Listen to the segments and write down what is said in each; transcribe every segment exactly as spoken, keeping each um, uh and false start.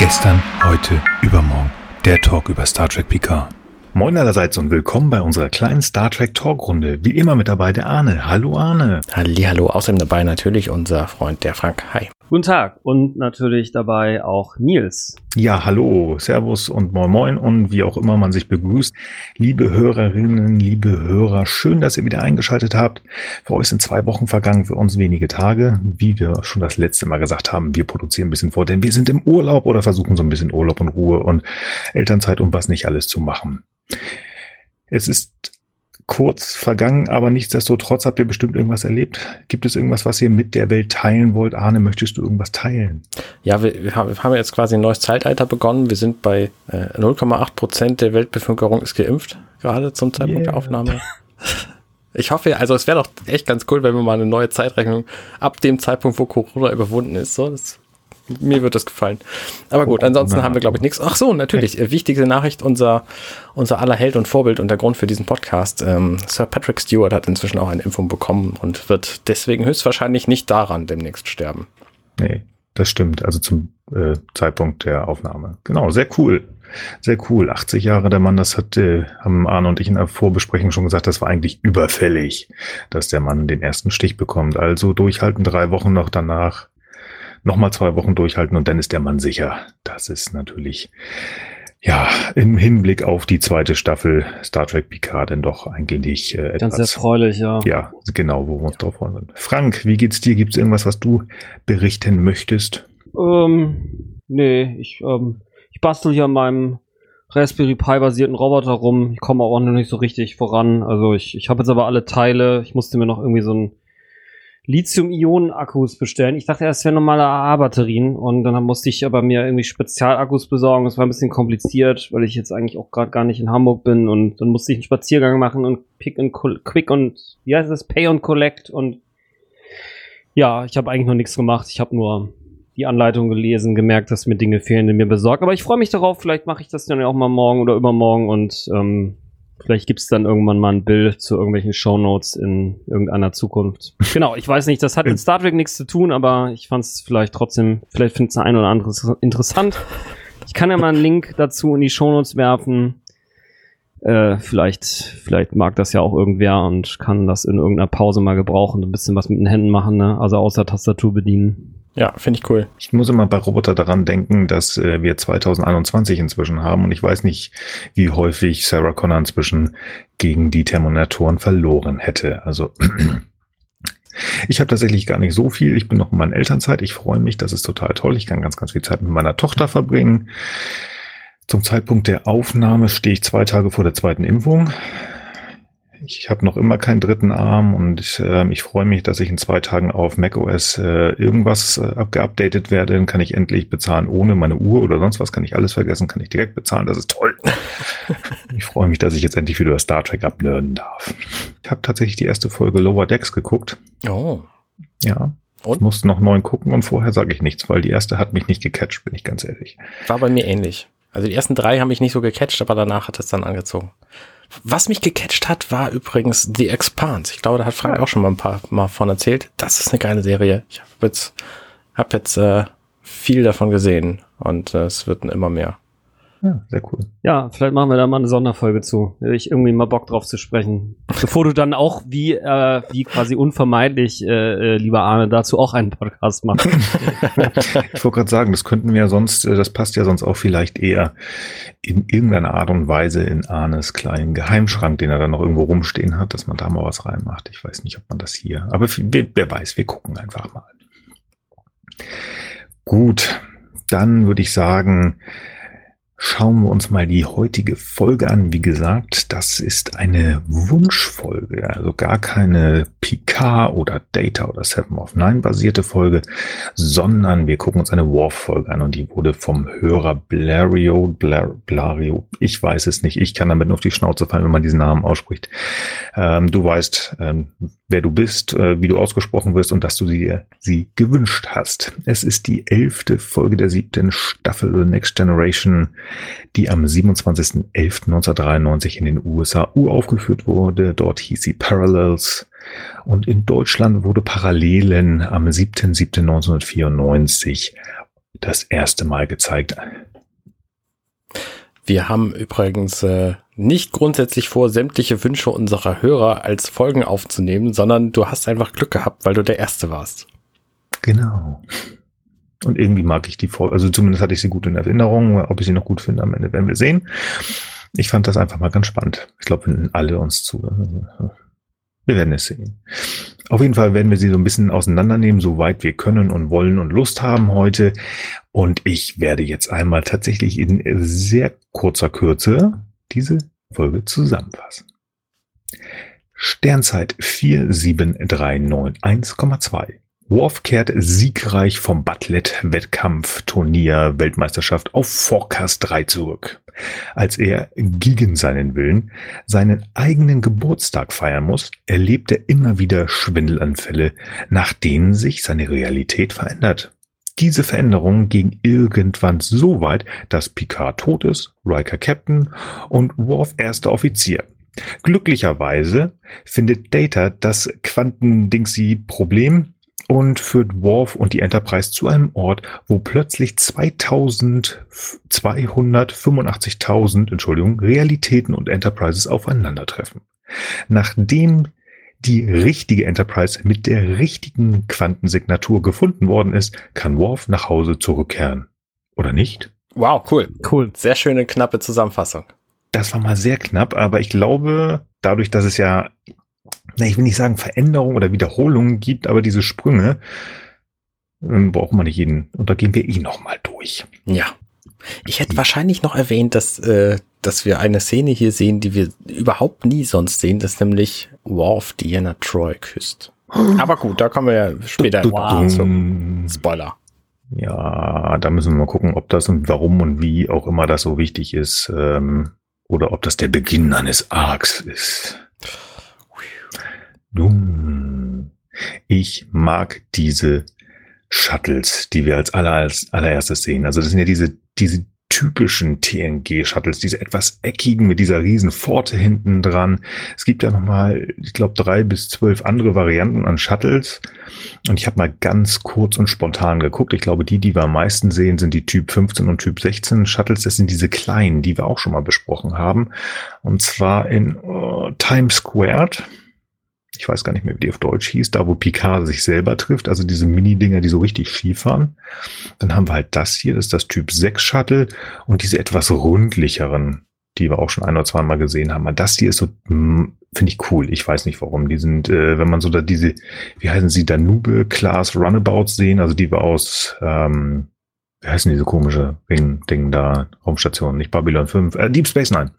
Gestern, heute, übermorgen. Der Talk über Star Trek Picard. Moin allerseits und willkommen bei unserer kleinen Star Trek Talkrunde. Wie immer mit dabei der Arne. Hallo Arne. Hallihallo, außerdem dabei natürlich unser Freund der Frank. Hi. Guten Tag und natürlich dabei auch Nils. Ja, hallo, Servus und Moin Moin und wie auch immer man sich begrüßt. Liebe Hörerinnen, liebe Hörer, schön, dass ihr wieder eingeschaltet habt. Für euch sind zwei Wochen vergangen, für uns wenige Tage. Wie wir schon das letzte Mal gesagt haben, wir produzieren ein bisschen vor, denn wir sind im Urlaub oder versuchen so ein bisschen Urlaub und Ruhe und Elternzeit und was nicht alles zu machen. Es ist kurz vergangen, aber nichtsdestotrotz habt ihr bestimmt irgendwas erlebt. Gibt es irgendwas, was ihr mit der Welt teilen wollt? Arne, möchtest du irgendwas teilen? Ja, wir, wir haben jetzt quasi ein neues Zeitalter begonnen. Wir sind bei äh, null Komma acht Prozent der Weltbevölkerung ist geimpft, gerade zum Zeitpunkt yeah. der Aufnahme. Ich hoffe, also es wäre doch echt ganz cool, wenn wir mal eine neue Zeitrechnung ab dem Zeitpunkt, wo Corona überwunden ist. So, das Mir wird das gefallen. Aber gut, ansonsten haben wir, glaube ich, nichts. Ach so, natürlich. Äh, wichtigste Nachricht, unser, unser aller Held und Vorbild und der Grund für diesen Podcast. Ähm, Sir Patrick Stewart hat inzwischen auch eine Impfung bekommen und wird deswegen höchstwahrscheinlich nicht daran demnächst sterben. Nee, das stimmt. Also zum äh, Zeitpunkt der Aufnahme. Genau, sehr cool. Sehr cool. achtzig Jahre der Mann, das hat, äh, haben Arne und ich in der Vorbesprechung schon gesagt, das war eigentlich überfällig, dass der Mann den ersten Stich bekommt. Also durchhalten, drei Wochen noch danach. Nochmal zwei Wochen durchhalten und dann ist der Mann sicher. Das ist natürlich, ja, im Hinblick auf die zweite Staffel Star Trek Picard denn doch eigentlich äh, etwas. Ganz erfreulich, ja. Ja, genau, wo wir uns drauf freuen. Frank, wie geht's dir? Gibt's irgendwas, was du berichten möchtest? Ähm, nee, ich, ähm, ich bastel hier an meinem Raspberry Pi basierten Roboter rum. Ich komme auch noch nicht so richtig voran. Also ich, ich habe jetzt aber alle Teile. Ich musste mir noch irgendwie so ein Lithium-Ionen-Akkus bestellen. Ich dachte erst, es wären normale A A-Batterien und dann musste ich aber mir irgendwie Spezialakkus besorgen. Das war ein bisschen kompliziert, weil ich jetzt eigentlich auch gerade gar nicht in Hamburg bin und dann musste ich einen Spaziergang machen und Pick and Quick und wie heißt das? Pay and Collect und ja, ich habe eigentlich noch nichts gemacht. Ich habe nur die Anleitung gelesen, gemerkt, dass mir Dinge fehlen, die mir besorgt. Aber ich freue mich darauf. Vielleicht mache ich das dann ja auch mal morgen oder übermorgen und ähm, vielleicht gibt es dann irgendwann mal ein Bild zu irgendwelchen Shownotes in irgendeiner Zukunft. Genau, ich weiß nicht, das hat mit Star Trek nichts zu tun, aber ich fand es vielleicht trotzdem, vielleicht findet es der ein oder andere interessant. Ich kann ja mal einen Link dazu in die Shownotes werfen. Äh, vielleicht, vielleicht mag das ja auch irgendwer und kann das in irgendeiner Pause mal gebrauchen, ein bisschen was mit den Händen machen, ne? Also außer Tastatur bedienen. Ja, finde ich cool. Ich muss immer bei Roboter daran denken, dass äh, wir zwanzig einundzwanzig inzwischen haben und ich weiß nicht, wie häufig Sarah Connor inzwischen gegen die Terminatoren verloren hätte. Also ich habe tatsächlich gar nicht so viel. Ich bin noch in meiner Elternzeit. Ich freue mich, das ist total toll. Ich kann ganz, ganz viel Zeit mit meiner Tochter verbringen. Zum Zeitpunkt der Aufnahme stehe ich zwei Tage vor der zweiten Impfung. Ich habe noch immer keinen dritten Arm und äh, ich freue mich, dass ich in zwei Tagen auf macOS äh, irgendwas äh, geupdatet werde. Dann kann ich endlich bezahlen ohne meine Uhr oder sonst was. Kann ich alles vergessen, kann ich direkt bezahlen. Das ist toll. Ich freue mich, dass ich jetzt endlich wieder über Star Trek abnerden darf. Ich habe tatsächlich die erste Folge Lower Decks geguckt. Oh. Ja. Und? Ich musste noch neun gucken und vorher sage ich nichts, weil die erste hat mich nicht gecatcht, bin ich ganz ehrlich. War bei mir ähnlich. Also die ersten drei haben mich nicht so gecatcht, aber danach hat es dann angezogen. Was mich gecatcht hat, war übrigens The Expanse. Ich glaube, da hat Frank auch schon mal ein paar Mal von erzählt. Das ist eine geile Serie. Ich habe jetzt, hab jetzt äh, viel davon gesehen und äh, es wird immer mehr. Ja, sehr cool. Ja, vielleicht machen wir da mal eine Sonderfolge zu. Da habe ich irgendwie mal Bock drauf zu sprechen. Bevor du dann auch wie äh, wie quasi unvermeidlich, äh, äh, lieber Arne, dazu auch einen Podcast machst. Ich wollte gerade sagen, das könnten wir ja sonst, das passt ja sonst auch vielleicht eher in irgendeiner Art und Weise in Arnes kleinen Geheimschrank, den er dann noch irgendwo rumstehen hat, dass man da mal was reinmacht. Ich weiß nicht, ob man das hier, aber wer, wer weiß, wir gucken einfach mal. Gut, dann würde ich sagen, schauen wir uns mal die heutige Folge an. Wie gesagt, das ist eine Wunschfolge, also gar keine Picard oder Data oder Seven of Nine basierte Folge, sondern wir gucken uns eine Worf-Folge an und die wurde vom Hörer Blario, Blar, Blario, ich weiß es nicht, ich kann damit nur auf die Schnauze fallen, wenn man diesen Namen ausspricht. Ähm, du weißt, ähm, wer du bist, äh, wie du ausgesprochen wirst und dass du dir sie gewünscht hast. Es ist die elfte Folge der siebten Staffel The Next Generation, die am siebenundzwanzigsten elften neunzehnhundertdreiundneunzig in den U S A uraufgeführt wurde. Dort hieß sie Parallels. Und in Deutschland wurde Parallelen am siebten siebten neunzehnhundertvierundneunzig das erste Mal gezeigt. Wir haben übrigens äh, nicht grundsätzlich vor, sämtliche Wünsche unserer Hörer als Folgen aufzunehmen, sondern du hast einfach Glück gehabt, weil du der Erste warst. Genau. Und irgendwie mag ich die Folge, also zumindest hatte ich sie gut in Erinnerung. Ob ich sie noch gut finde, am Ende werden wir sehen. Ich fand das einfach mal ganz spannend. Ich glaube, wenn alle uns zu. Wir werden es sehen. Auf jeden Fall werden wir sie so ein bisschen auseinandernehmen, soweit wir können und wollen und Lust haben heute. Und ich werde jetzt einmal tatsächlich in sehr kurzer Kürze diese Folge zusammenfassen. Sternzeit vier sieben drei neun eins Komma zwei. Worf kehrt siegreich vom Batlet-Wettkampf-Turnier Weltmeisterschaft auf Forecast drei zurück. Als er gegen seinen Willen seinen eigenen Geburtstag feiern muss, erlebt er immer wieder Schwindelanfälle, nach denen sich seine Realität verändert. Diese Veränderungen gingen irgendwann so weit, dass Picard tot ist, Riker Captain und Worf erster Offizier. Glücklicherweise findet Data das Quantendingsy-Problem und führt Worf und die Enterprise zu einem Ort, wo plötzlich zweitausendzweihundertfünfundachtzigtausend, Entschuldigung, Realitäten und Enterprises aufeinandertreffen. Nachdem die richtige Enterprise mit der richtigen Quantensignatur gefunden worden ist, kann Worf nach Hause zurückkehren. Oder nicht? Wow, cool. Cool. Sehr schöne, knappe Zusammenfassung. Das war mal sehr knapp, aber ich glaube, dadurch, dass es ja, na, ich will nicht sagen Veränderung oder Wiederholung gibt, aber diese Sprünge ähm, braucht man nicht jeden. Und da gehen wir eh noch mal durch. Ja. Ich hätte wahrscheinlich noch erwähnt, dass, äh, dass wir eine Szene hier sehen, die wir überhaupt nie sonst sehen, dass nämlich Worf Deanna Troi küsst. Aber gut, da kommen wir ja später wow. zum Spoiler. Ja, da müssen wir mal gucken, ob das und warum und wie auch immer das so wichtig ist. Ähm, oder ob das der Beginn eines Arcs ist. Nun, ich mag diese Shuttles, die wir als, aller, als allererstes sehen. Also das sind ja diese, diese typischen T N G-Shuttles, diese etwas eckigen mit dieser riesen Pforte hinten dran. Es gibt ja nochmal, ich glaube, drei bis zwölf andere Varianten an Shuttles. Und ich habe mal ganz kurz und spontan geguckt. Ich glaube, die, die wir am meisten sehen, sind die Typ fünfzehn und Typ sechzehn Shuttles. Das sind diese kleinen, die wir auch schon mal besprochen haben. Und zwar in uh, Times Squared. Ich weiß gar nicht mehr, wie die auf Deutsch hieß, da wo Picard sich selber trifft, also diese Mini-Dinger, die so richtig schief fahren. Dann haben wir halt das hier, das ist das Typ sechs Shuttle und diese etwas rundlicheren, die wir auch schon ein oder zwei Mal gesehen haben. Das hier ist so, finde ich cool, ich weiß nicht warum. Die sind, äh, wenn man so da diese, wie heißen sie, Danube-Class Runabouts sehen, also die wir aus, ähm, wie heißen diese komische Ding, Ding da, Raumstation, nicht Babylon fünf, äh, Deep Space Nine.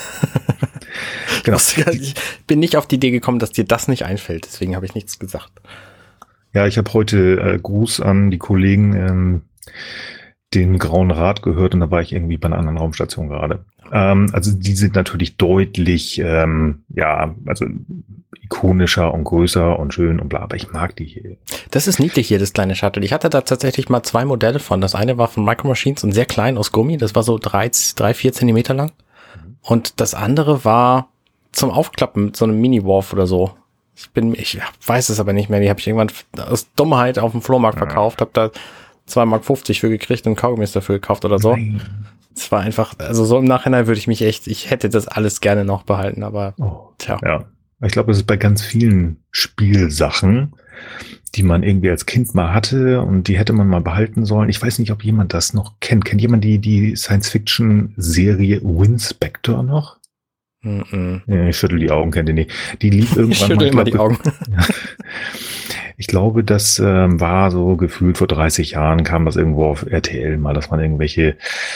Genau. Ich bin nicht auf die Idee gekommen, dass dir das nicht einfällt, deswegen habe ich nichts gesagt. Ja, ich habe heute äh, Gruß an die Kollegen ähm, den Grauen Rat gehört und da war ich irgendwie bei einer anderen Raumstation gerade. Ähm, also die sind natürlich deutlich, ähm, ja, also ikonischer und größer und schön und bla, aber ich mag die hier. Das ist niedlich hier, das kleine Shuttle. Ich hatte da tatsächlich mal zwei Modelle von. Das eine war von Micro Machines und sehr klein aus Gummi, das war so drei, drei vier Zentimeter lang. Und das andere war zum Aufklappen mit so einem Mini-Worf oder so. Ich bin, ich weiß es aber nicht mehr. Die habe ich irgendwann aus Dummheit auf dem Flohmarkt verkauft, habe da zwei Mark fünfzig für gekriegt und Kaugummis dafür gekauft oder so. Es war einfach, also so im Nachhinein würde ich mich echt, ich hätte das alles gerne noch behalten, aber oh, tja. Ja, ich glaube, es ist bei ganz vielen Spielsachen, die man irgendwie als Kind mal hatte und die hätte man mal behalten sollen. Ich weiß nicht, ob jemand das noch kennt. Kennt jemand die, die Science-Fiction-Serie Winspector noch? Mm-mm. Ja, ich schüttel die Augen, kennt ihr nicht. Die lief irgendwann ich schüttel mal. immer die Augen. Ich glaube, das ähm, war so gefühlt vor dreißig Jahren kam das irgendwo auf R T L mal, dass man irgendwelche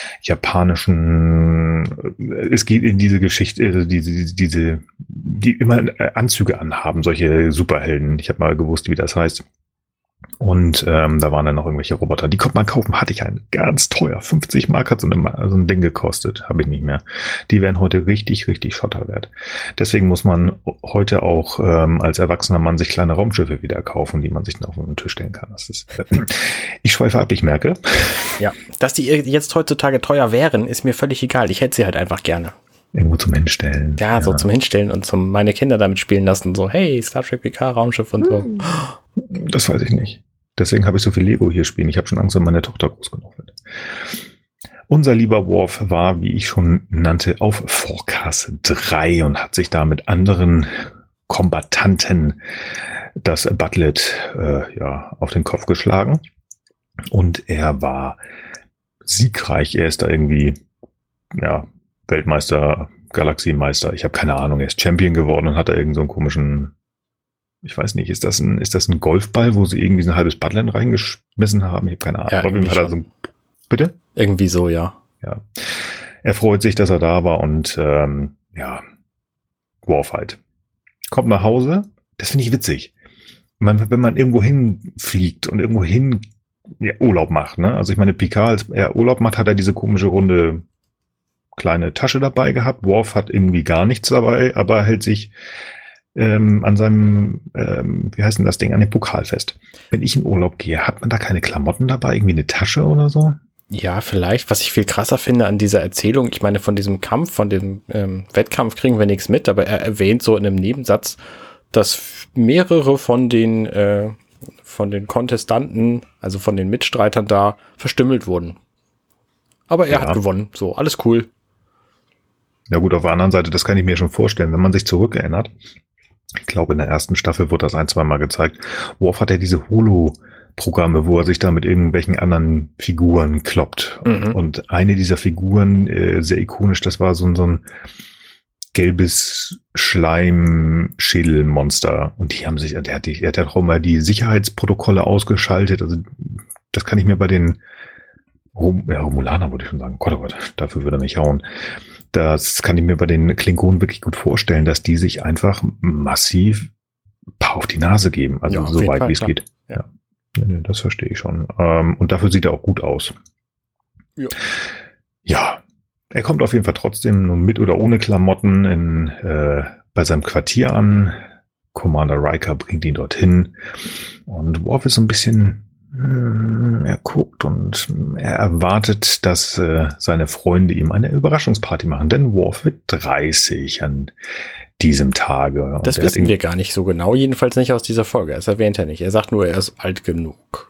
japanischen, es geht in diese Geschichte, also diese, diese, die immer Anzüge anhaben, solche Superhelden. Ich habe mal gewusst, wie das heißt. Und ähm, da waren dann noch irgendwelche Roboter. Die konnte man kaufen, hatte ich einen. Ganz teuer. fünfzig Mark hat so, eine, so ein Ding gekostet. Habe ich nicht mehr. Die wären heute richtig, richtig Schotter wert. Deswegen muss man heute auch ähm, als erwachsener Mann sich kleine Raumschiffe wieder kaufen, die man sich dann auf den Tisch stellen kann. Das ist, äh, ich schweife ab, ich merke. Ja, dass die jetzt heutzutage teuer wären, ist mir völlig egal. Ich hätte sie halt einfach gerne. Irgendwo zum Hinstellen. Ja, so ja. zum Hinstellen und zum meine Kinder damit spielen lassen. So, hey, Star Trek Picard, Raumschiff und so. Das weiß ich nicht. Deswegen habe ich so viel Lego hier spielen. Ich habe schon Angst, wenn meine Tochter groß genug wird. Unser lieber Worf war, wie ich schon nannte, auf Forecast drei und hat sich da mit anderen Kombattanten das Butlet äh, ja, auf den Kopf geschlagen. Und er war siegreich. Er ist da irgendwie ja, Weltmeister, Galaxiemeister. Ich habe keine Ahnung. Er ist Champion geworden und hat da irgend so einen komischen, ich weiß nicht, ist das ein, ist das ein Golfball, wo sie irgendwie so ein halbes Butland reingeschmissen haben? Ich habe keine Ahnung. Ja, auf jeden Fall hat er so ein, bitte? Irgendwie so, ja. Ja. Er freut sich, dass er da war und ähm, ja, Worf halt. Kommt nach Hause. Das finde ich witzig. Man, wenn man irgendwo hinfliegt und irgendwo hin ja, Urlaub macht, ne? Also ich meine, Picard, als er Urlaub macht, hat er diese komische runde kleine Tasche dabei gehabt. Worf hat irgendwie gar nichts dabei, aber hält sich ähm, an seinem, ähm, wie heißt denn das Ding, an dem Pokal fest. Wenn ich in Urlaub gehe, hat man da keine Klamotten dabei? Irgendwie eine Tasche oder so? Ja, vielleicht. Was ich viel krasser finde an dieser Erzählung, ich meine, von diesem Kampf, von dem ähm, Wettkampf kriegen wir nichts mit, aber er erwähnt so in einem Nebensatz, dass mehrere von den äh, von den Kontestanten, also von den Mitstreitern da, verstümmelt wurden. Aber er Ja. hat gewonnen. So, alles cool. Ja gut, auf der anderen Seite, das kann ich mir schon vorstellen, wenn man sich zurückerinnert. Ich glaube, in der ersten Staffel wurde das ein, zwei Mal gezeigt. Worf hat ja diese Holo-Programme, wo er sich da mit irgendwelchen anderen Figuren kloppt. Mhm. Und eine dieser Figuren, äh, sehr ikonisch, das war so, ein- so ein gelbes Schleim-Schädelmonster. Und die haben sich, der hat, die, er hat ja auch immer die Sicherheitsprotokolle ausgeschaltet. Also das kann ich mir bei den Rom, ja, Romulaner, würde ich schon sagen. Gott, oh Gott, dafür würde er mich hauen. Das kann ich mir bei den Klingonen wirklich gut vorstellen, dass die sich einfach massiv ein paar auf die Nase geben. Also Ja, auf so jeden weit, Fall, wie es klar. geht. Ja. Ja. Nee, nee, das verstehe ich schon. Ähm, und dafür sieht er auch gut aus. Ja. Ja, er kommt auf jeden Fall trotzdem nur mit oder ohne Klamotten in, äh, bei seinem Quartier an. Commander Riker bringt ihn dorthin. Und Worf ist so ein bisschen, mm, er guckt und er erwartet, dass äh, seine Freunde ihm eine Überraschungsparty machen. Denn Worf wird dreißig an diesem Tage. Und Das er hat wissen wir gar nicht so genau, jedenfalls nicht aus dieser Folge. Das erwähnt er nicht. Er sagt nur, er ist alt genug.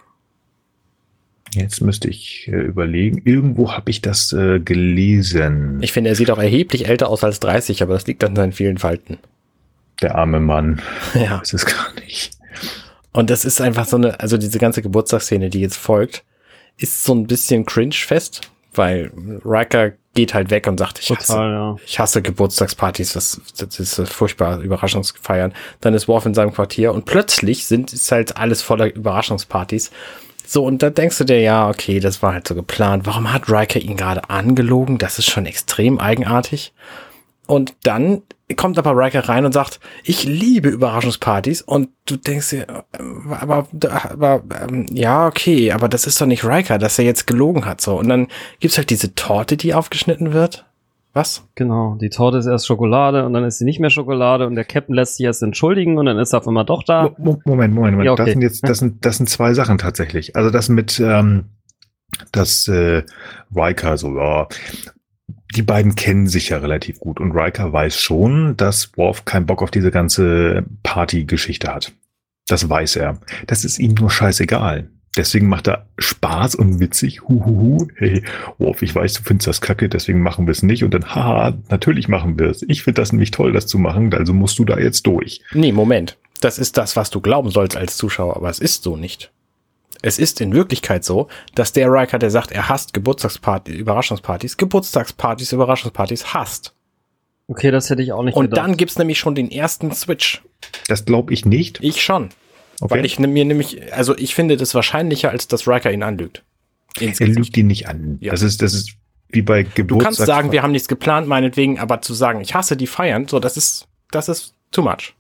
Jetzt müsste ich äh, überlegen. Irgendwo habe ich das äh, gelesen. Ich finde, er sieht auch erheblich älter aus als dreißig, aber das liegt an seinen vielen Falten. Der arme Mann. Ja. Das ist gar nicht. Und das ist einfach so eine, also diese ganze Geburtstagsszene, die jetzt folgt, ist so ein bisschen cringe-fest, weil Riker geht halt weg und sagt, ich hasse, Total, ja. ich hasse Geburtstagspartys, das, das ist furchtbar, Überraschungsfeiern. Dann ist Worf in seinem Quartier und plötzlich sind, ist halt alles voller Überraschungspartys. So, und da denkst du dir, ja, okay, das war halt so geplant. Warum hat Riker ihn gerade angelogen? Das ist schon extrem eigenartig. Und dann kommt aber Riker rein und sagt, ich liebe Überraschungspartys. Und du denkst dir, äh, aber, aber ähm, ja, okay, aber das ist doch nicht Riker, dass er jetzt gelogen hat. So. Und dann gibt's halt diese Torte, die aufgeschnitten wird. Was? Genau, die Torte ist erst Schokolade und dann ist sie nicht mehr Schokolade und der Captain lässt sich erst entschuldigen und dann ist er auf einmal doch da. Mo- Moment, Moment, Moment. Ja, okay. Das sind jetzt, das sind, das sind zwei Sachen tatsächlich. Also das mit, ähm, das äh, Riker so, ja, die beiden kennen sich ja relativ gut und Riker weiß schon, dass Worf keinen Bock auf diese ganze Party-Geschichte hat. Das weiß er. Das ist ihm nur scheißegal. Deswegen macht er Spaß und witzig. Huhuhu. Hey, Worf, ich weiß, du findest das kacke, deswegen machen wir es nicht. Und dann, haha, natürlich machen wir es. Ich finde das nämlich toll, das zu machen, also musst du da jetzt durch. Nee, Moment. Das ist das, was du glauben sollst als Zuschauer, aber es ist so nicht. Es ist in Wirklichkeit so, dass der Riker, der sagt, er hasst Geburtstagspartys, Überraschungspartys, Geburtstagspartys, Überraschungspartys hasst. Okay, das hätte ich auch nicht Und gedacht. dann gibt's nämlich schon den ersten Switch. Das glaube ich nicht. Ich schon. Okay. Weil ich ne- mir nämlich, also ich finde das wahrscheinlicher, als dass Riker ihn anlügt. Ins Er Gesicht. lügt ihn nicht an. Ja. Das ist, das ist wie bei Du Geburtstags... kannst sagen, wir haben nichts geplant, meinetwegen, aber zu sagen, ich hasse die Feiern, so, das ist, das ist too much.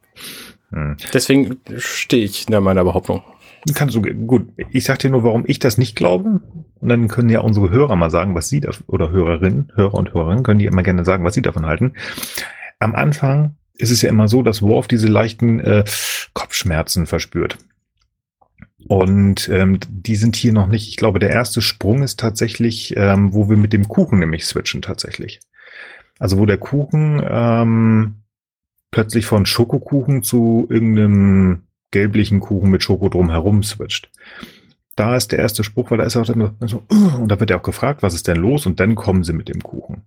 Hm. Deswegen stehe ich in meiner Behauptung. Kannst du, gut, ich sag dir nur, warum ich das nicht glaube. Und dann können ja unsere Hörer mal sagen, was sie da, oder Hörerinnen, Hörer und Hörerinnen, können die immer gerne sagen, was sie davon halten. Am Anfang ist es ja immer so, dass Worf diese leichten äh, Kopfschmerzen verspürt. Und ähm, die sind hier noch nicht. Ich glaube, der erste Sprung ist tatsächlich, ähm, wo wir mit dem Kuchen nämlich switchen tatsächlich. Also wo der Kuchen ähm, plötzlich von Schokokuchen zu irgendeinem gelblichen Kuchen mit Schoko drumherum switcht. Da ist der erste Spruch, weil da ist auch dann so, und da wird er auch gefragt, was ist denn los? Und dann kommen sie mit dem Kuchen.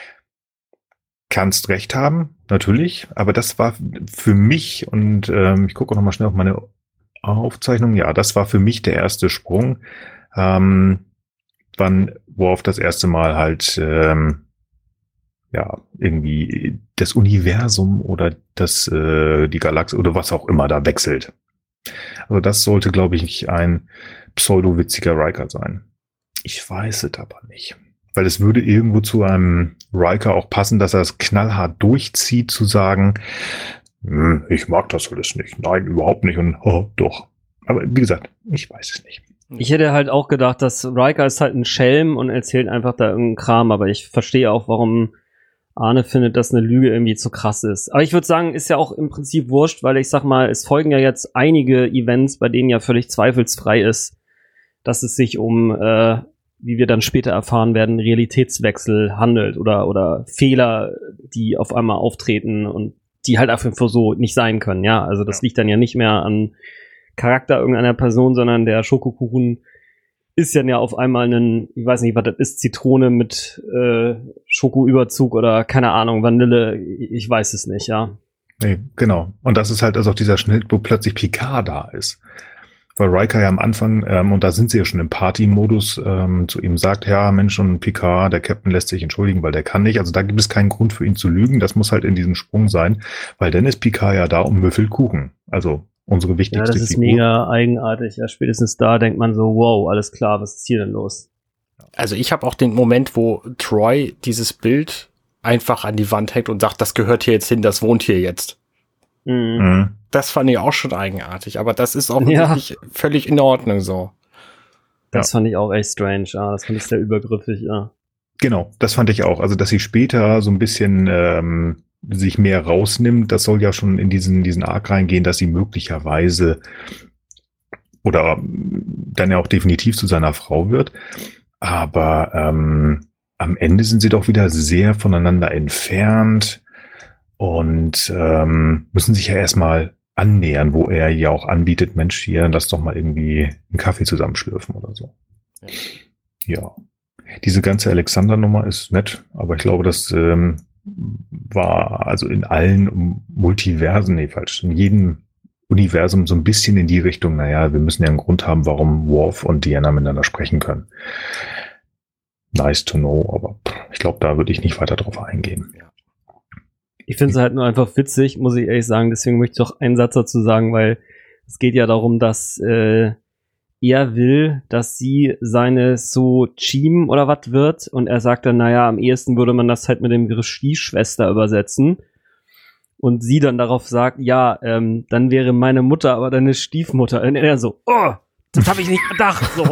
Kannst recht haben, natürlich, aber das war für mich, und ähm, ich gucke auch nochmal schnell auf meine Aufzeichnung, ja, das war für mich der erste Sprung, ähm, wann Worf das erste Mal halt ähm, ja irgendwie das Universum oder das äh, die Galaxie oder was auch immer da wechselt. Also das sollte, glaube ich, ein pseudo-witziger Riker sein. Ich weiß es aber nicht. Weil es würde irgendwo zu einem Riker auch passen, dass er es knallhart durchzieht, zu sagen, hm, ich mag das alles nicht. Nein, überhaupt nicht. Und oh, doch. Aber wie gesagt, ich weiß es nicht. Ich hätte halt auch gedacht, dass Riker ist halt ein Schelm und erzählt einfach da irgendeinen Kram. Aber ich verstehe auch, warum Arne findet, dass eine Lüge irgendwie zu krass ist. Aber ich würde sagen, ist ja auch im Prinzip wurscht, weil ich sag mal, es folgen ja jetzt einige Events, bei denen ja völlig zweifelsfrei ist, dass es sich um äh, wie wir dann später erfahren werden, Realitätswechsel handelt oder oder Fehler, die auf einmal auftreten und die halt einfach so nicht sein können, ja. Also das ja. liegt dann ja nicht mehr an Charakter irgendeiner Person, sondern der Schokokuchen ist ja auf einmal ein, ich weiß nicht, was das ist, Zitrone mit äh, Schokoüberzug oder keine Ahnung, Vanille, ich weiß es nicht, ja. Nee, genau. Und das ist halt also auch dieser Schnitt, wo plötzlich Picard da ist. Weil Riker ja am Anfang, ähm, und da sind sie ja schon im Party-Modus, ähm, zu ihm sagt, ja, Mensch, und Picard, der Captain lässt sich entschuldigen, weil der kann nicht. Also da gibt es keinen Grund für ihn zu lügen. Das muss halt in diesem Sprung sein, weil dann ist Picard ja da und müffelt Kuchen. Also unsere wichtigste Figur. Ja, das ist Figur. mega eigenartig. Ja, spätestens da denkt man so, wow, alles klar, was ist hier denn los? Also ich habe auch den Moment, wo Troy dieses Bild einfach an die Wand hängt und sagt, das gehört hier jetzt hin, das wohnt hier jetzt. Mhm. Mhm. Das fand ich auch schon eigenartig, aber das ist auch ja. wirklich völlig in Ordnung so. Das ja. fand ich auch echt strange, ja, das fand ich sehr übergriffig, ja. Genau, das fand ich auch. Also, dass sie später so ein bisschen ähm, sich mehr rausnimmt, das soll ja schon in diesen diesen Arc reingehen, dass sie möglicherweise oder dann ja auch definitiv zu seiner Frau wird. Aber ähm, am Ende sind sie doch wieder sehr voneinander entfernt und ähm, müssen sich ja erstmal annähern, wo er ja auch anbietet, Mensch, hier, lass doch mal irgendwie einen Kaffee zusammenschlürfen oder so. Ja. ja. Diese ganze Alexander-Nummer ist nett, aber ich glaube, das ähm, war also in allen Multiversen, nee, falsch, in jedem Universum so ein bisschen in die Richtung, naja, wir müssen ja einen Grund haben, warum Worf und Deanna miteinander sprechen können. Nice to know, aber ich glaube, da würde ich nicht weiter drauf eingehen. Ja. Ich finde es halt nur einfach witzig, muss ich ehrlich sagen, deswegen möchte ich doch einen Satz dazu sagen, weil es geht ja darum, dass äh, er will, dass sie seine So-Chim oder was wird und er sagt dann, naja, am ehesten würde man das halt mit dem Begriff Stiefschwester übersetzen und sie dann darauf sagt, ja, ähm, dann wäre meine Mutter aber deine Stiefmutter und er so, oh, das habe ich nicht gedacht, so.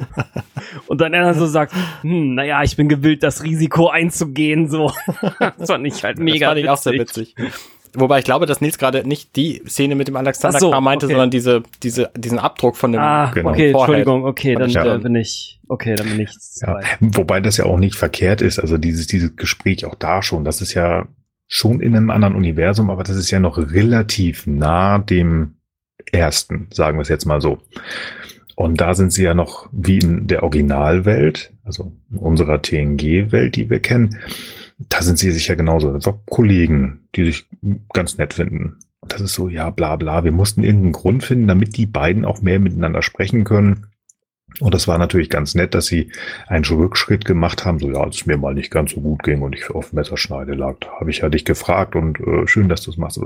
Und dann er so sagt, hm, naja, ich bin gewillt, das Risiko einzugehen, so. Das fand ich halt mega das fand ich witzig. auch sehr witzig. Wobei ich glaube, dass Nils gerade nicht die Szene mit dem Alexander so, meinte, okay. sondern diese, diese, diesen Abdruck von dem Ah, genau. okay, Forehead. Entschuldigung, okay, dann Ja. äh, bin ich, okay, dann bin ich Ja, wobei das ja auch nicht verkehrt ist, also dieses, dieses Gespräch auch da schon, das ist ja schon in einem anderen Universum, aber das ist ja noch relativ nah dem ersten, sagen wir es jetzt mal so. Und da sind sie ja noch wie in der Originalwelt, also in unserer T N G-Welt, die wir kennen, da sind sie sich ja genauso, das sind Kollegen, die sich ganz nett finden. Und das ist so, ja, bla bla, wir mussten irgendeinen Grund finden, damit die beiden auch mehr miteinander sprechen können. Und das war natürlich ganz nett, dass sie einen Rückschritt gemacht haben, so, ja, als es mir mal nicht ganz so gut ging und ich auf Messerschneide lag, da habe ich ja dich gefragt und äh, schön, dass du es machst.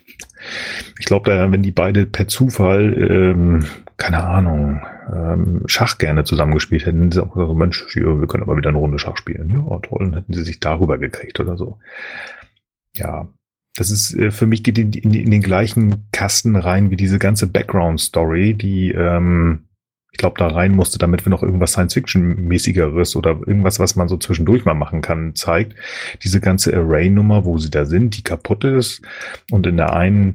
Ich glaube, da, wenn die beide per Zufall, ähm, keine Ahnung, ähm, Schach gerne zusammengespielt hätten, hätten sie auch gesagt, so, Mensch, hier, wir können aber wieder eine Runde Schach spielen. Ja, toll, dann hätten sie sich darüber gekriegt oder so. Ja, das ist, äh, für mich geht in, in, in den gleichen Kasten rein wie diese ganze Background-Story, die, ähm, ich glaube, da rein musste, damit wir noch irgendwas Science-Fiction-mäßigeres oder irgendwas, was man so zwischendurch mal machen kann, zeigt. Diese ganze Array-Nummer, wo sie da sind, die kaputt ist. Und in der einen,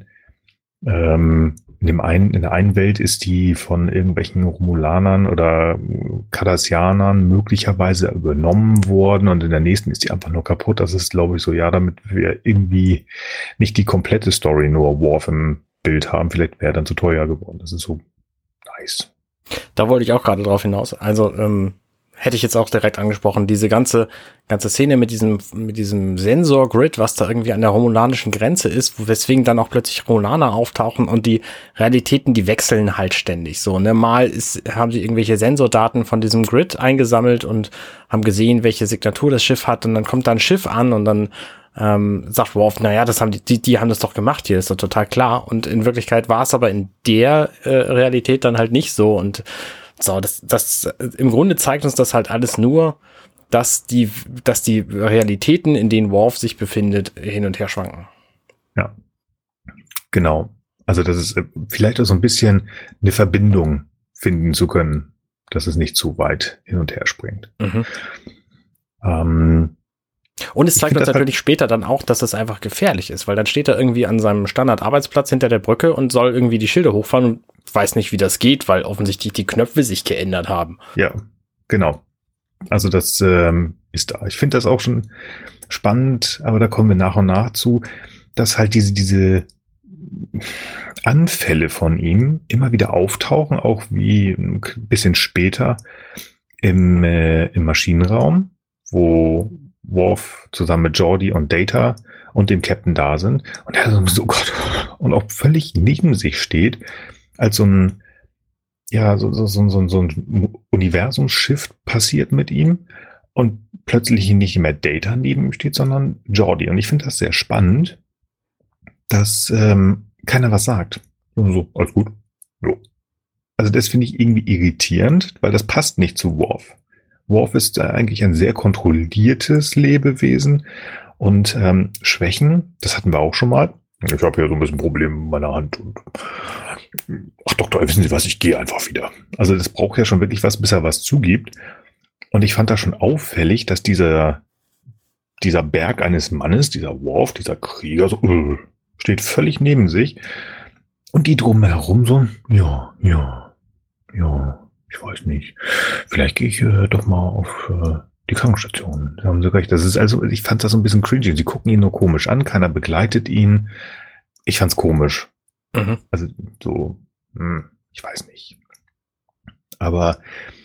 ähm, in dem einen, in der einen Welt ist die von irgendwelchen Romulanern oder Cardassianern möglicherweise übernommen worden und in der nächsten ist die einfach nur kaputt. Das ist, glaube ich, so, ja, damit wir irgendwie nicht die komplette Story nur Worf im Bild haben. Vielleicht wäre er dann zu teuer geworden. Das ist so nice. Da wollte ich auch gerade drauf hinaus. Also ähm, hätte ich jetzt auch direkt angesprochen, diese ganze ganze Szene mit diesem mit diesem Sensor-Grid, was da irgendwie an der romulanischen Grenze ist, weswegen dann auch plötzlich Romulaner auftauchen und die Realitäten, die wechseln halt ständig so. Ne? Mal ist, haben sie irgendwelche Sensordaten von diesem Grid eingesammelt und haben gesehen, welche Signatur das Schiff hat und dann kommt da ein Schiff an und dann ähm, sagt Worf, naja, das haben die, die, die haben das doch gemacht hier, ist doch total klar. Und in Wirklichkeit war es aber in der äh, Realität dann halt nicht so und so, das, das, im Grunde zeigt uns das halt alles nur, dass die, dass die Realitäten, in denen Worf sich befindet, hin und her schwanken. Ja, genau. Also das ist vielleicht auch so ein bisschen eine Verbindung finden zu können, dass es nicht zu weit hin und her springt. Mhm. Ähm, Und es zeigt uns natürlich halt später dann auch, dass es einfach gefährlich ist, weil dann steht er irgendwie an seinem Standardarbeitsplatz hinter der Brücke und soll irgendwie die Schilde hochfahren und weiß nicht, wie das geht, weil offensichtlich die Knöpfe sich geändert haben. Ja, genau. Also das ähm, ist da. Ich finde das auch schon spannend, aber da kommen wir nach und nach zu, dass halt diese, diese Anfälle von ihm immer wieder auftauchen, auch wie ein bisschen später im, äh, im Maschinenraum, wo Worf zusammen mit Geordi und Data und dem Captain da sind und er so, oh Gott, und auch völlig neben sich steht, als so ein, ja, so, so, so, so, so ein Universumsschiff passiert mit ihm und plötzlich nicht mehr Data neben ihm steht, sondern Geordi. Und ich finde das sehr spannend, dass ähm, keiner was sagt. So, alles gut. Jo. Also das finde ich irgendwie irritierend, weil das passt nicht zu Worf. Worf ist eigentlich ein sehr kontrolliertes Lebewesen und ähm, Schwächen, das hatten wir auch schon mal. Ich habe ja so ein bisschen Probleme mit meiner Hand und ach Doktor, wissen Sie was, ich gehe einfach wieder. Also das braucht ja schon wirklich was, bis er was zugibt. Und ich fand da schon auffällig, dass dieser dieser Berg eines Mannes, dieser Worf, dieser Krieger, so uh, steht völlig neben sich und die drumherum so, ja, ja, ja. Ich weiß nicht. Vielleicht gehe ich äh, doch mal auf äh, die Krankenstation. Da haben Sie recht. Das ist also, ich fand das so ein bisschen cringy. Sie gucken ihn nur komisch an, keiner begleitet ihn. Ich fand's komisch. Mhm. Also so, hm, ich weiß nicht. Aber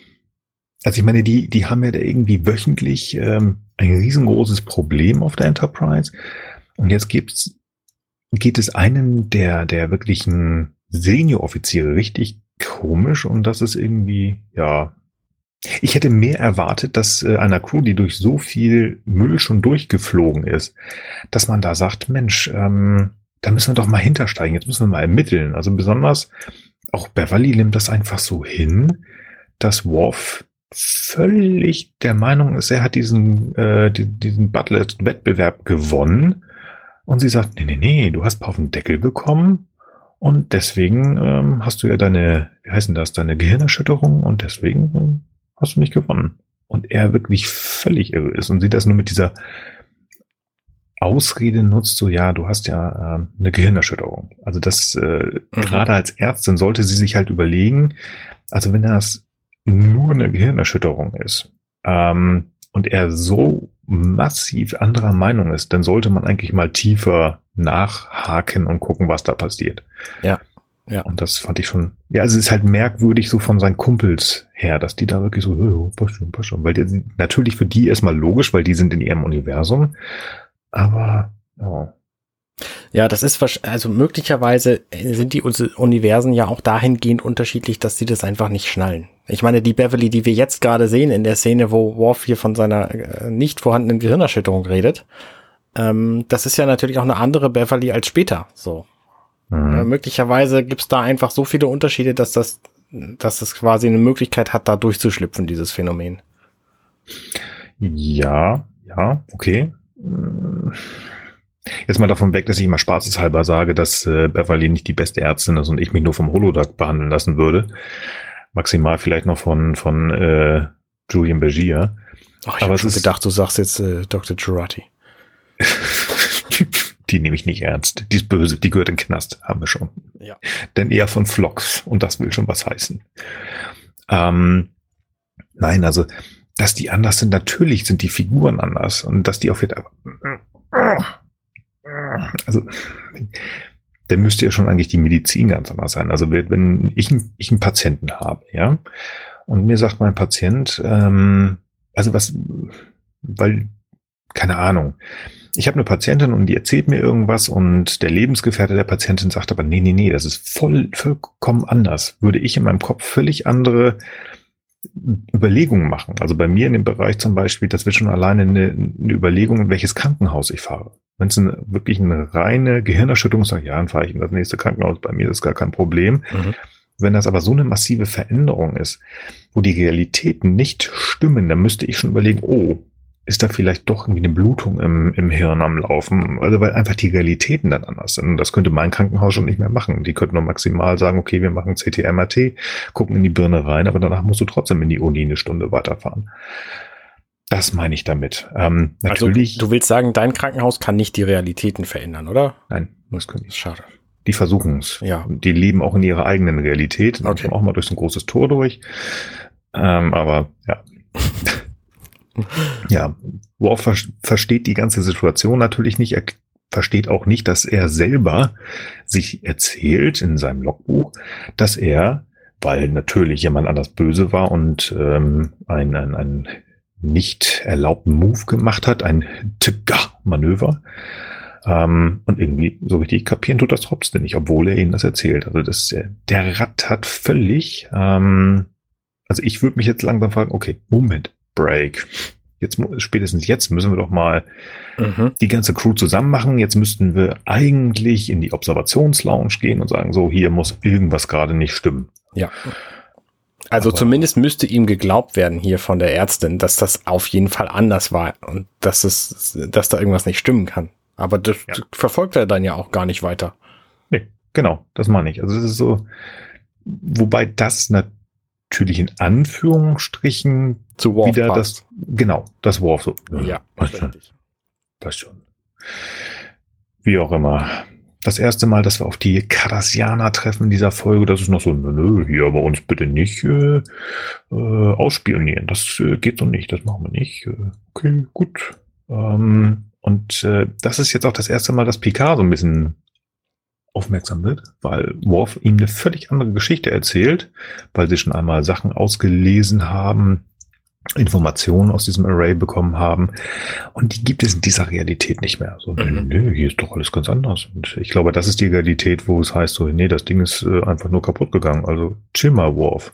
also ich meine, die, die haben ja da irgendwie wöchentlich ähm, ein riesengroßes Problem auf der Enterprise. Und jetzt gibt's, geht es einem der, der wirklichen Senior-Offiziere richtig komisch und das ist irgendwie, ja, ich hätte mehr erwartet, dass äh, einer Crew, die durch so viel Müll schon durchgeflogen ist, dass man da sagt, Mensch, ähm, da müssen wir doch mal hintersteigen, jetzt müssen wir mal ermitteln. Also besonders auch Beverly nimmt das einfach so hin, dass Worf völlig der Meinung ist, er hat diesen, äh, diesen Butler-Wettbewerb gewonnen und sie sagt, nee, nee, nee, du hast auf den Deckel bekommen. Und deswegen ähm, hast du ja deine, wie heißt denn das, deine Gehirnerschütterung und deswegen ähm, hast du nicht gewonnen. Und er wirklich völlig irre ist und sie das nur mit dieser Ausrede nutzt, so ja, du hast ja äh, eine Gehirnerschütterung. Also das, äh, mhm. gerade als Ärztin sollte sie sich halt überlegen, also wenn das nur eine Gehirnerschütterung ist ähm, und er so massiv anderer Meinung ist, dann sollte man eigentlich mal tiefer nachhaken und gucken, was da passiert. Ja, ja. Und das fand ich schon, ja, also es ist halt merkwürdig so von seinen Kumpels her, dass die da wirklich so, oh, passt schon, passt schon. Weil die, natürlich für die erstmal logisch, weil die sind in ihrem Universum, aber, ja. Ja, das ist, also möglicherweise sind die Universen ja auch dahingehend unterschiedlich, dass sie das einfach nicht schnallen. Ich meine, die Beverly, die wir jetzt gerade sehen in der Szene, wo Worf hier von seiner äh, nicht vorhandenen Gehirnerschütterung redet, ähm, das ist ja natürlich auch eine andere Beverly als später. So, mhm. äh, möglicherweise gibt's da einfach so viele Unterschiede, dass das, dass das quasi eine Möglichkeit hat, da durchzuschlüpfen, dieses Phänomen. Ja, ja, okay. Jetzt mal davon weg, dass ich immer spaßeshalber sage, dass äh, Beverly nicht die beste Ärztin ist und ich mich nur vom Holodeck behandeln lassen würde. Maximal vielleicht noch von von äh, Julian Bergier. Ach, ich habe schon gedacht, du sagst jetzt äh, Doktor Jurati. Die nehme ich nicht ernst. Die ist böse, die gehört in den Knast, haben wir schon. Ja. Denn eher von Phlox und das will schon was heißen. Ähm, nein, also, dass die anders sind, natürlich sind die Figuren anders und dass die auch wieder, also, dann müsste ja schon eigentlich die Medizin ganz anders sein. Also wenn ich, ich einen Patienten habe, ja, und mir sagt mein Patient, ähm, also was, weil, keine Ahnung, ich habe eine Patientin und die erzählt mir irgendwas und der Lebensgefährte der Patientin sagt aber, nee, nee, nee, das ist voll, vollkommen anders. Würde ich in meinem Kopf völlig andere Überlegungen machen. Also bei mir in dem Bereich zum Beispiel, das wird schon alleine eine, eine Überlegung, in welches Krankenhaus ich fahre. Wenn es eine, wirklich eine reine Gehirnerschütterung ist, sage ich, ja, dann fahre ich in das nächste Krankenhaus, bei mir ist gar kein Problem. Mhm. Wenn das aber so eine massive Veränderung ist, wo die Realitäten nicht stimmen, dann müsste ich schon überlegen, oh, ist da vielleicht doch irgendwie eine Blutung im, im Hirn am Laufen? Also weil einfach die Realitäten dann anders sind. Das könnte mein Krankenhaus schon nicht mehr machen. Die könnten nur maximal sagen, okay, wir machen C T M R T, gucken in die Birne rein, aber danach musst du trotzdem in die Uni eine Stunde weiterfahren. Das meine ich damit. Ähm, natürlich. Also du willst sagen, dein Krankenhaus kann nicht die Realitäten verändern, oder? Nein, das können nicht. Schade. Die versuchen es. Ja. Die leben auch in ihrer eigenen Realität. Und okay. Kommen auch mal durch so ein großes Tor durch. Ähm, aber ja. Ja, Worf ver- versteht die ganze Situation natürlich nicht. Er versteht auch nicht, dass er selber sich erzählt in seinem Logbuch, dass er, weil natürlich jemand anders böse war und ähm, ein, ein, ein nicht erlaubten Move gemacht hat, ein Tga-Manöver, ähm, und irgendwie so richtig kapieren tut das trotzdem nicht, obwohl er ihnen das erzählt. Also das, der Rat hat völlig, ähm, also ich würde mich jetzt langsam fragen, okay, Moment, Break. Jetzt, spätestens jetzt müssen wir doch mal mhm. die ganze Crew zusammen machen. Jetzt müssten wir eigentlich in die Observationslounge gehen und sagen, so, hier muss irgendwas gerade nicht stimmen. Ja. Also aber zumindest müsste ihm geglaubt werden hier von der Ärztin, dass das auf jeden Fall anders war und dass es, dass da irgendwas nicht stimmen kann. Aber das ja. verfolgt er dann ja auch gar nicht weiter. Nee, genau, das meine ich. Also es ist so, wobei das natürlich in Anführungsstrichen zu Worf wieder passt. das, genau, das Worf so. Ja, passt schon. Passt schon. Wie auch immer. Das erste Mal, dass wir auf die Cardassianer treffen in dieser Folge, das ist noch so, nö, hier bei uns bitte nicht äh, äh, ausspionieren. Das äh, geht so nicht, das machen wir nicht. Äh, okay, gut. Ähm, und äh, das ist jetzt auch das erste Mal, dass Picard so ein bisschen aufmerksam wird, weil Worf ihm eine völlig andere Geschichte erzählt, weil sie schon einmal Sachen ausgelesen haben, Informationen aus diesem Array bekommen haben und die gibt es in dieser Realität nicht mehr. So, mhm. nö, hier ist doch alles ganz anders. Und ich glaube, das ist die Realität, wo es heißt so, nee, das Ding ist äh, einfach nur kaputt gegangen. Also chill mal, Worf.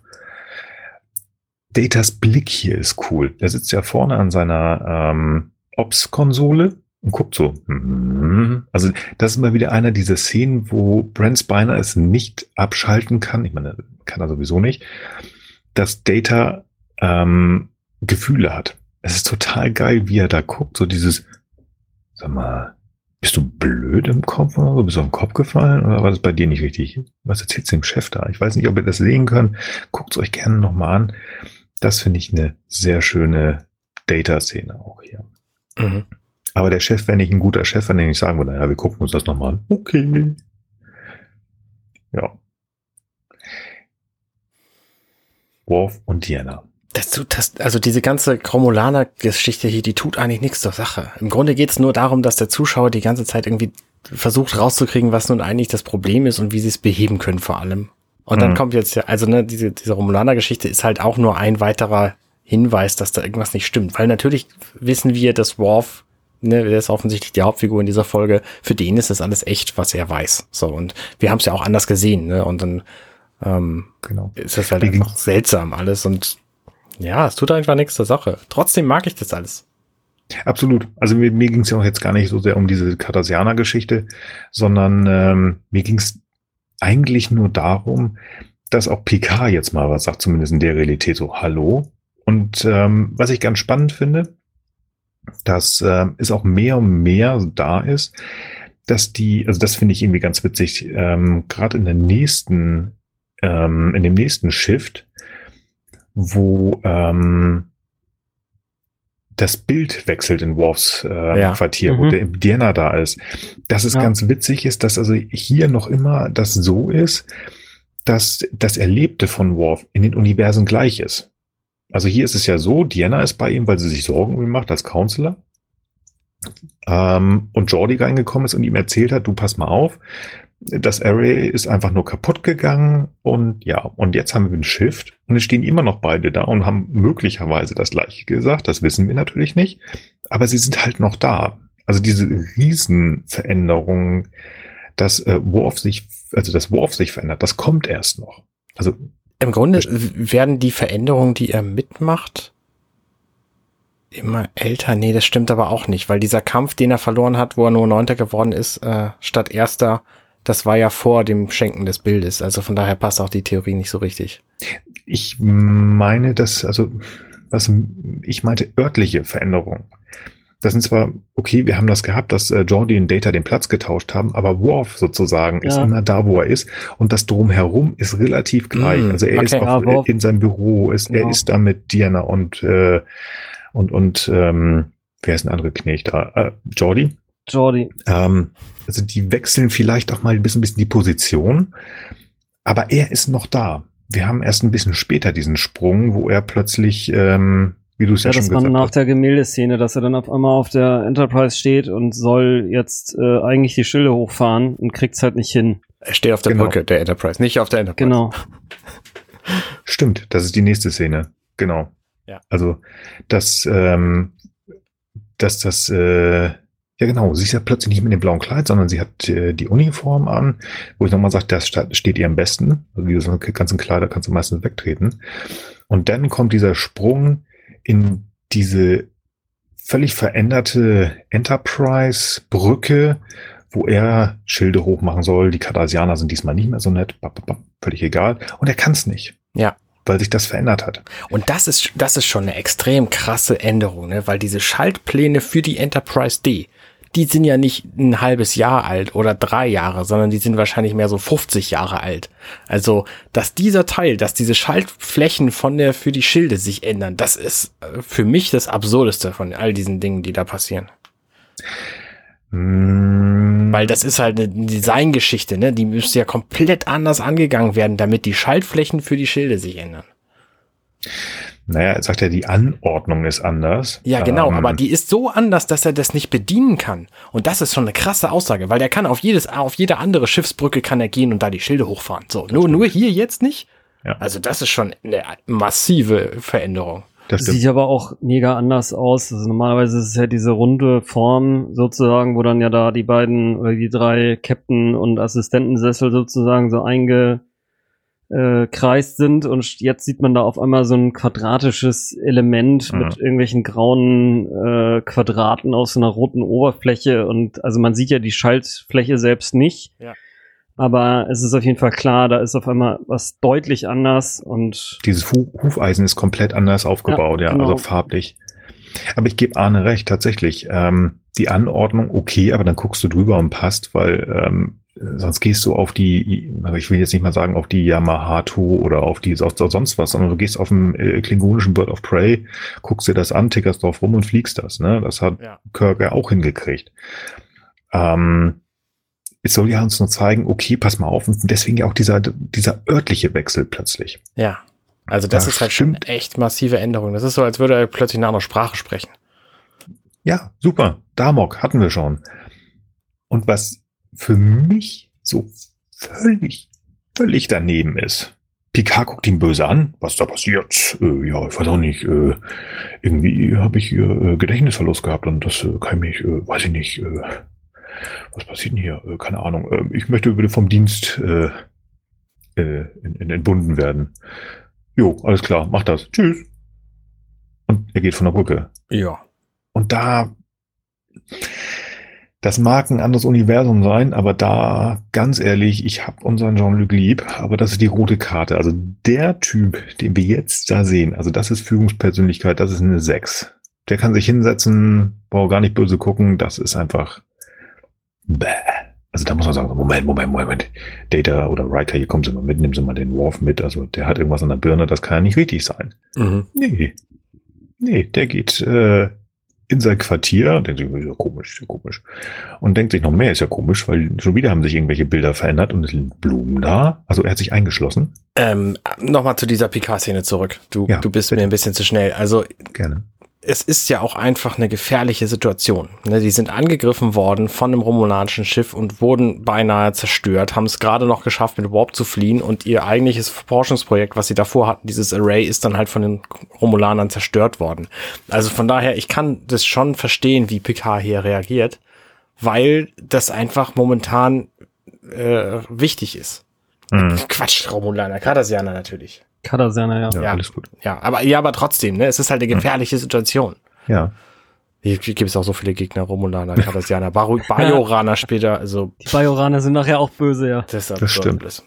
Datas Blick hier ist cool. Der sitzt ja vorne an seiner ähm, Ops-Konsole und guckt so. Mm-hmm. Also das ist mal wieder einer dieser Szenen, wo Brent Spiner es nicht abschalten kann. Ich meine, kann er sowieso nicht. Dass Data ähm, Gefühle hat. Es ist total geil, wie er da guckt. So dieses, sag mal, bist du blöd im Kopf oder so? Bist du auf den Kopf gefallen oder war das bei dir nicht richtig? Was erzählst du dem Chef da? Ich weiß nicht, ob ihr das sehen könnt. Guckt es euch gerne nochmal an. Das finde ich eine sehr schöne Data-Szene auch hier. Mhm. Aber der Chef wäre nicht ein guter Chef, wenn er nicht sagen würde, ja, wir gucken uns das nochmal an. Okay. Ja. Worf und Deanna. Das tut das, also diese ganze Romulaner-Geschichte hier, die tut eigentlich nichts zur Sache. Im Grunde geht es nur darum, dass der Zuschauer die ganze Zeit irgendwie versucht rauszukriegen, was nun eigentlich das Problem ist und wie sie es beheben können vor allem. Und mhm. dann kommt jetzt ja, also ne, diese, diese Romulaner-Geschichte ist halt auch nur ein weiterer Hinweis, dass da irgendwas nicht stimmt. Weil natürlich wissen wir, dass Worf, ne, der ist offensichtlich die Hauptfigur in dieser Folge, für den ist das alles echt, was er weiß. So, und wir haben es ja auch anders gesehen, ne? Und dann ähm, genau. ist das halt einfach seltsam alles und ja, es tut einfach nichts zur Sache. Trotzdem mag ich das alles. Absolut. Also mir, mir ging es ja auch jetzt gar nicht so sehr um diese Cardassianer-Geschichte, sondern ähm, mir ging es eigentlich nur darum, dass auch Picard jetzt mal was sagt, zumindest in der Realität so, hallo. Und ähm, was ich ganz spannend finde, dass äh, es auch mehr und mehr da ist, dass die, also das finde ich irgendwie ganz witzig, ähm, gerade in der nächsten, ähm, in dem nächsten Shift, wo ähm, das Bild wechselt in Worfs äh, ja. Quartier, mhm. wo der Deanna da ist. Dass es ja. ganz witzig ist, dass also hier noch immer das so ist, dass das Erlebte von Worf in den Universen gleich ist. Also hier ist es ja so, Deanna ist bei ihm, weil sie sich Sorgen um ihn macht als Counselor. Ähm, und Geordi reingekommen ist und ihm erzählt hat, du pass mal auf, das Array ist einfach nur kaputt gegangen und ja, und jetzt haben wir einen Shift und es stehen immer noch beide da und haben möglicherweise das Gleiche gesagt, das wissen wir natürlich nicht, aber sie sind halt noch da. Also diese Riesenveränderung, dass äh, Worf sich, also das Worf sich verändert, das kommt erst noch. Also im Grunde werden die Veränderungen, die er mitmacht, immer älter. Nee, das stimmt aber auch nicht, weil dieser Kampf, den er verloren hat, wo er nur Neunter geworden ist, äh, statt Erster, das war ja vor dem Schenken des Bildes. Also von daher passt auch die Theorie nicht so richtig. Ich meine, dass, also, was ich meinte, örtliche Veränderungen. Das sind zwar, okay, wir haben das gehabt, dass äh, Geordi und Data den Platz getauscht haben, aber Worf sozusagen ja. ist immer da, wo er ist. Und das Drumherum ist relativ gleich. Mm, also er okay. ist auf, ja, in seinem Büro, ist, genau. er ist da mit Diana und, äh, und, und, ähm, wer ist ein anderer Knecht da? Äh, Geordi? Geordi. Ähm, also die wechseln vielleicht auch mal ein bisschen, bisschen die Position, aber er ist noch da. Wir haben erst ein bisschen später diesen Sprung, wo er plötzlich, ähm, wie du es ja, ja schon gesagt hast. Das war nach der Gemäldeszene, dass er dann auf einmal auf der Enterprise steht und soll jetzt äh, eigentlich die Schilde hochfahren und kriegt's halt nicht hin. Er steht auf der genau. Brücke der Enterprise, nicht auf der Enterprise. Genau. Stimmt, das ist die nächste Szene. Genau. Ja. Also, dass, ähm, dass das, äh, ja genau, sie ist ja plötzlich nicht mit dem blauen Kleid, sondern sie hat äh, die Uniform an, wo ich nochmal sage, das steht ihr am besten. Also diese ganzen Kleider kannst du meistens wegtreten. Und dann kommt dieser Sprung in diese völlig veränderte Enterprise-Brücke, wo er Schilde hochmachen soll. Die Cardassianer sind diesmal nicht mehr so nett, völlig egal. Und er kann es nicht. Ja. Weil sich das verändert hat. Und das ist, das ist schon eine extrem krasse Änderung, ne? Weil diese Schaltpläne für die Enterprise D, die sind ja nicht ein halbes Jahr alt oder drei Jahre, sondern die sind wahrscheinlich mehr so fünfzig Jahre alt. Also, dass dieser Teil, dass diese Schaltflächen von der, für die Schilde sich ändern, das ist für mich das Absurdeste von all diesen Dingen, die da passieren. Mm. Weil das ist halt eine Designgeschichte, ne? Die müsste ja komplett anders angegangen werden, damit die Schaltflächen für die Schilde sich ändern. Naja, er sagt ja, die Anordnung ist anders. Ja, genau, ähm, aber die ist so anders, dass er das nicht bedienen kann. Und das ist schon eine krasse Aussage, weil der kann auf jedes, auf jede andere Schiffsbrücke kann er gehen und da die Schilde hochfahren. So, nur, nur hier jetzt nicht? Ja. Also das ist schon eine massive Veränderung. Das sieht aber auch mega anders aus. Also normalerweise ist es ja diese runde Form sozusagen, wo dann ja da die beiden oder die drei Captain- und Assistentensessel sozusagen so eingekreist sind und jetzt sieht man da auf einmal so ein quadratisches Element mhm. mit irgendwelchen grauen äh, Quadraten aus so einer roten Oberfläche und also man sieht ja die Schaltfläche selbst nicht. Ja. Aber es ist auf jeden Fall klar, da ist auf einmal was deutlich anders und dieses Hufeisen ist komplett anders aufgebaut, ja, ja genau. Also farblich. Aber ich gebe Arne recht, tatsächlich. Ähm, die Anordnung, okay, aber dann guckst du drüber und passt, weil ähm, sonst gehst du auf die, ich will jetzt nicht mal sagen auf die Yamahato oder auf die auf sonst was, sondern du gehst auf den äh, klingonischen Bird of Prey, guckst dir das an, tickerst drauf rum und fliegst das. Ne? Das hat ja. Kirk ja auch hingekriegt. Ähm, Es soll ja uns nur zeigen, okay, pass mal auf, und deswegen ja auch dieser, dieser örtliche Wechsel plötzlich. Ja, also das, das ist halt schon echt massive Änderung. Das ist so, als würde er plötzlich eine andere Sprache sprechen. Ja, super. Damok hatten wir schon. Und was für mich so völlig, völlig daneben ist, Picard guckt ihn böse an. Was da passiert? Äh, ja, ich weiß auch nicht. Äh, irgendwie habe ich hier äh, Gedächtnisverlust gehabt und das äh, kann mich, äh, weiß ich nicht, äh, was passiert denn hier? Äh, keine Ahnung. Äh, ich möchte bitte vom Dienst äh, äh, in, in, entbunden werden. Jo, alles klar, mach das. Tschüss. Und er geht von der Brücke. Ja. Und da, das mag ein anderes Universum sein, aber da, ganz ehrlich, ich habe unseren Jean-Luc lieb, aber das ist die rote Karte. Also der Typ, den wir jetzt da sehen, also das ist Führungspersönlichkeit, das ist eine sechs. Der kann sich hinsetzen, braucht gar nicht böse gucken, das ist einfach bäh. Also da muss man sagen, Moment, Moment, Moment. Data oder Riker, hier kommen Sie mal mit, nehmen Sie mal den Worf mit. Also der hat irgendwas an der Birne, das kann ja nicht richtig sein. Mhm. Nee. Nee, der geht äh, in sein Quartier und denkt sich, ist ja komisch, ist ja komisch. Und denkt sich noch mehr, ist ja komisch, weil schon wieder haben sich irgendwelche Bilder verändert und es sind Blumen da. Also er hat sich eingeschlossen. Ähm, Nochmal zu dieser Picard-Szene zurück. Du, ja, du bist bitte. mir ein bisschen zu schnell. Also gerne. es ist ja auch einfach eine gefährliche Situation. Ne, die sind angegriffen worden von einem romulanischen Schiff und wurden beinahe zerstört, haben es gerade noch geschafft, mit Warp zu fliehen und ihr eigentliches Forschungsprojekt, was sie davor hatten, dieses Array, ist dann halt von den Romulanern zerstört worden. Also von daher, ich kann das schon verstehen, wie Picard hier reagiert, weil das einfach momentan äh, wichtig ist. Mhm. Quatsch, Romulaner, Cardassianer natürlich. Cardassianer, ja. ja. Ja, alles gut. Ja, aber, ja, aber trotzdem, ne, es ist halt eine gefährliche Situation. Ja. Hier gibt es auch so viele Gegner, Romulaner, Cardassianer, Bar- Bajoraner später, also. Die Bajoraner sind nachher auch böse, ja. Das, das stimmt. Alles.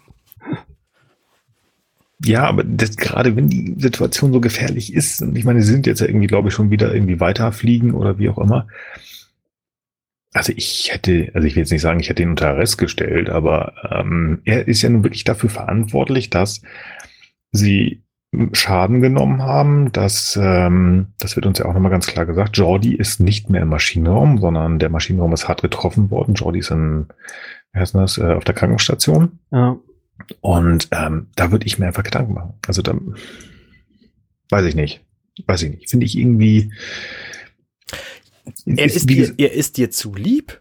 Ja, aber das, gerade wenn die Situation so gefährlich ist, und ich meine, sie sind jetzt ja irgendwie, glaube ich, schon wieder irgendwie weiterfliegen oder wie auch immer. Also ich hätte, also ich will jetzt nicht sagen, ich hätte ihn unter Arrest gestellt, aber ähm, er ist ja nun wirklich dafür verantwortlich, dass sie Schaden genommen haben. Dass, ähm, das wird uns ja auch nochmal ganz klar gesagt, Geordi ist nicht mehr im Maschinenraum, sondern der Maschinenraum ist hart getroffen worden. Geordi ist in, wie heißt das, äh, auf der Krankenstation. Ja. Und ähm, da würde ich mir einfach Gedanken machen. Also da weiß ich nicht. Weiß ich nicht. Finde ich irgendwie... Er ist, dir, er ist dir zu lieb?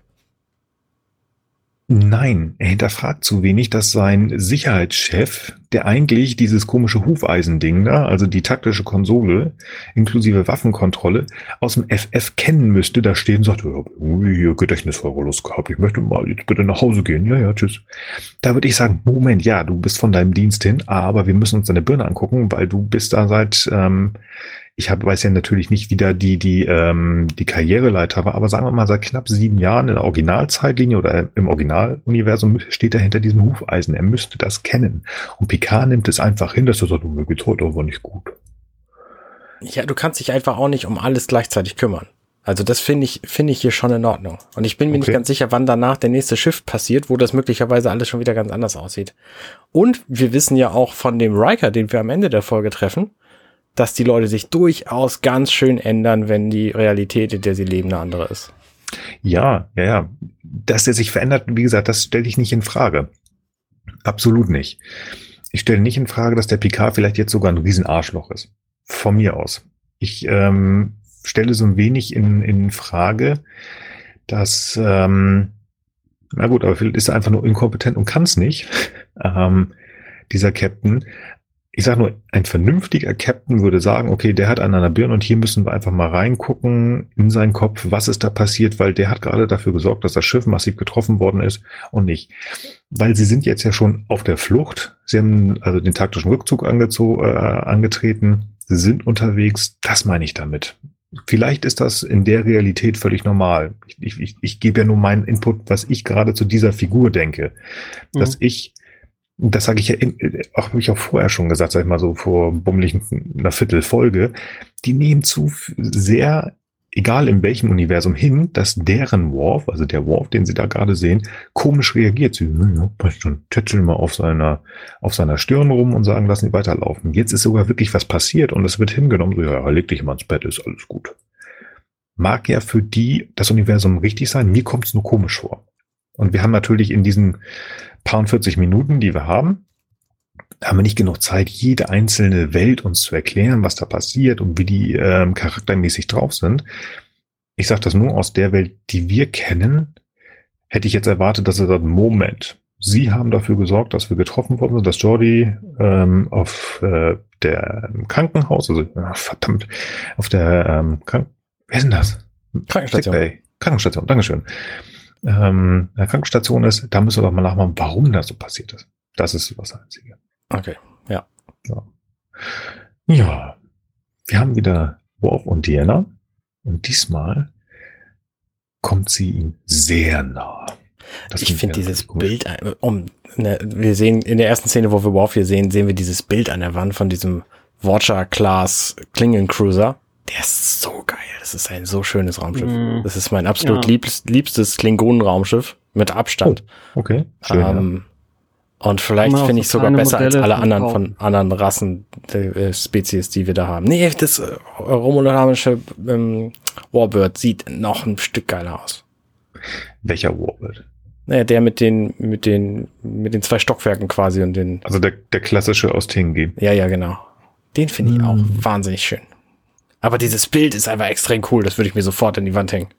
Nein, er hinterfragt zu wenig, dass sein Sicherheitschef, der eigentlich dieses komische Hufeisending da, also die taktische Konsole inklusive Waffenkontrolle, aus dem F F kennen müsste, da stehen und sagt, ich habe irgendwie hier Gedächtnisverlust gehabt, ich möchte mal jetzt bitte nach Hause gehen. Ja, ja, tschüss. Da würde ich sagen, Moment, ja, du bist von deinem Dienst hin, aber wir müssen uns deine Birne angucken, weil du bist da seit... Ähm, Ich hab, weiß ja natürlich nicht, wie da die, die, ähm, die Karriereleiter war, aber sagen wir mal, seit knapp sieben Jahren in der Originalzeitlinie oder im Originaluniversum steht er hinter diesem Hufeisen. Er müsste das kennen. Und Picard nimmt es einfach hin, dass er sagt, mir geht's heute aber nicht gut. Ja, du kannst dich einfach auch nicht um alles gleichzeitig kümmern. Also das finde ich, finde ich hier schon in Ordnung. Und ich bin mir okay. nicht ganz sicher, wann danach der nächste Shift passiert, wo das möglicherweise alles schon wieder ganz anders aussieht. Und wir wissen ja auch von dem Riker, den wir am Ende der Folge treffen, dass die Leute sich durchaus ganz schön ändern, wenn die Realität, in der sie leben, eine andere ist. Ja, ja, ja. Dass der sich verändert, wie gesagt, das stelle ich nicht in Frage. Absolut nicht. Ich stelle nicht in Frage, dass der Picard vielleicht jetzt sogar ein Riesenarschloch ist. Von mir aus. Ich ähm, stelle so ein wenig in, in Frage, dass, ähm, na gut, aber vielleicht ist er einfach nur inkompetent und kann es nicht, ähm, dieser Captain. Ich sage nur, ein vernünftiger Captain würde sagen, okay, der hat an einer Birne und hier müssen wir einfach mal reingucken in seinen Kopf, was ist da passiert, weil der hat gerade dafür gesorgt, dass das Schiff massiv getroffen worden ist und nicht. Weil sie sind jetzt ja schon auf der Flucht, sie haben also den taktischen Rückzug angezo- äh, angetreten, sie sind unterwegs, das meine ich damit. Vielleicht ist das in der Realität völlig normal. Ich, ich, ich gebe ja nur meinen Input, was ich gerade zu dieser Figur denke, mhm. dass ich das sage ich ja, auch habe ich auch vorher schon gesagt, sag ich mal so vor bummeligen einer Viertelfolge, die nehmen zu sehr, egal in welchem Universum hin, dass deren Worf, also der Worf, den sie da gerade sehen, komisch reagiert. Sie, ja, passt schon, tätscheln mal auf seiner, auf seiner Stirn rum und sagen, lassen die weiterlaufen. Jetzt ist sogar wirklich was passiert und es wird hingenommen, so, ja, leg dich mal ins Bett, ist alles gut. Mag ja für die das Universum richtig sein, mir kommt es nur komisch vor. Und wir haben natürlich in diesen paar vierzig Minuten, die wir haben, haben wir nicht genug Zeit, jede einzelne Welt uns zu erklären, was da passiert und wie die ähm, charaktermäßig drauf sind. Ich sage das nur aus der Welt, die wir kennen, hätte ich jetzt erwartet, dass er sagt, Moment, Sie haben dafür gesorgt, dass wir getroffen worden sind, dass Geordi ähm, auf äh, der im Krankenhaus, also ach, verdammt, auf der ähm, Krank- wer ist denn das? Krankenstation. Sickbay. Krankenstation, Dankeschön. Ähm, der Krankenstation ist, da müssen wir doch mal nachmachen, warum das so passiert ist. Das ist das Einzige. Okay, ja. Ja, ja. Wir haben wieder Worf und Deanna und diesmal kommt sie ihm sehr nah. Das ich finde dieses Bild, um, ne, wir sehen in der ersten Szene, wo wir Worf hier sehen, sehen wir dieses Bild an der Wand von diesem Watcher-Class Klingon Cruiser. Der ist so geil. Das ist ein so schönes Raumschiff. Mm. Das ist mein absolut ja. liebstes, liebstes Klingonen-Raumschiff mit Abstand. Oh, okay. Schön, ähm, ja. Und vielleicht finde ich es sogar besser Modelle als alle anderen von anderen Rassen, äh, Spezies, die wir da haben. Nee, das äh, romulanische ähm, Warbird sieht noch ein Stück geiler aus. Welcher Warbird? Naja, der mit den, mit den, mit den zwei Stockwerken quasi und den. Also der, der klassische aus T N G. Ja, ja, genau. Den finde ich mm. auch wahnsinnig schön. Aber dieses Bild ist einfach extrem cool. Das würde ich mir sofort in die Wand hängen.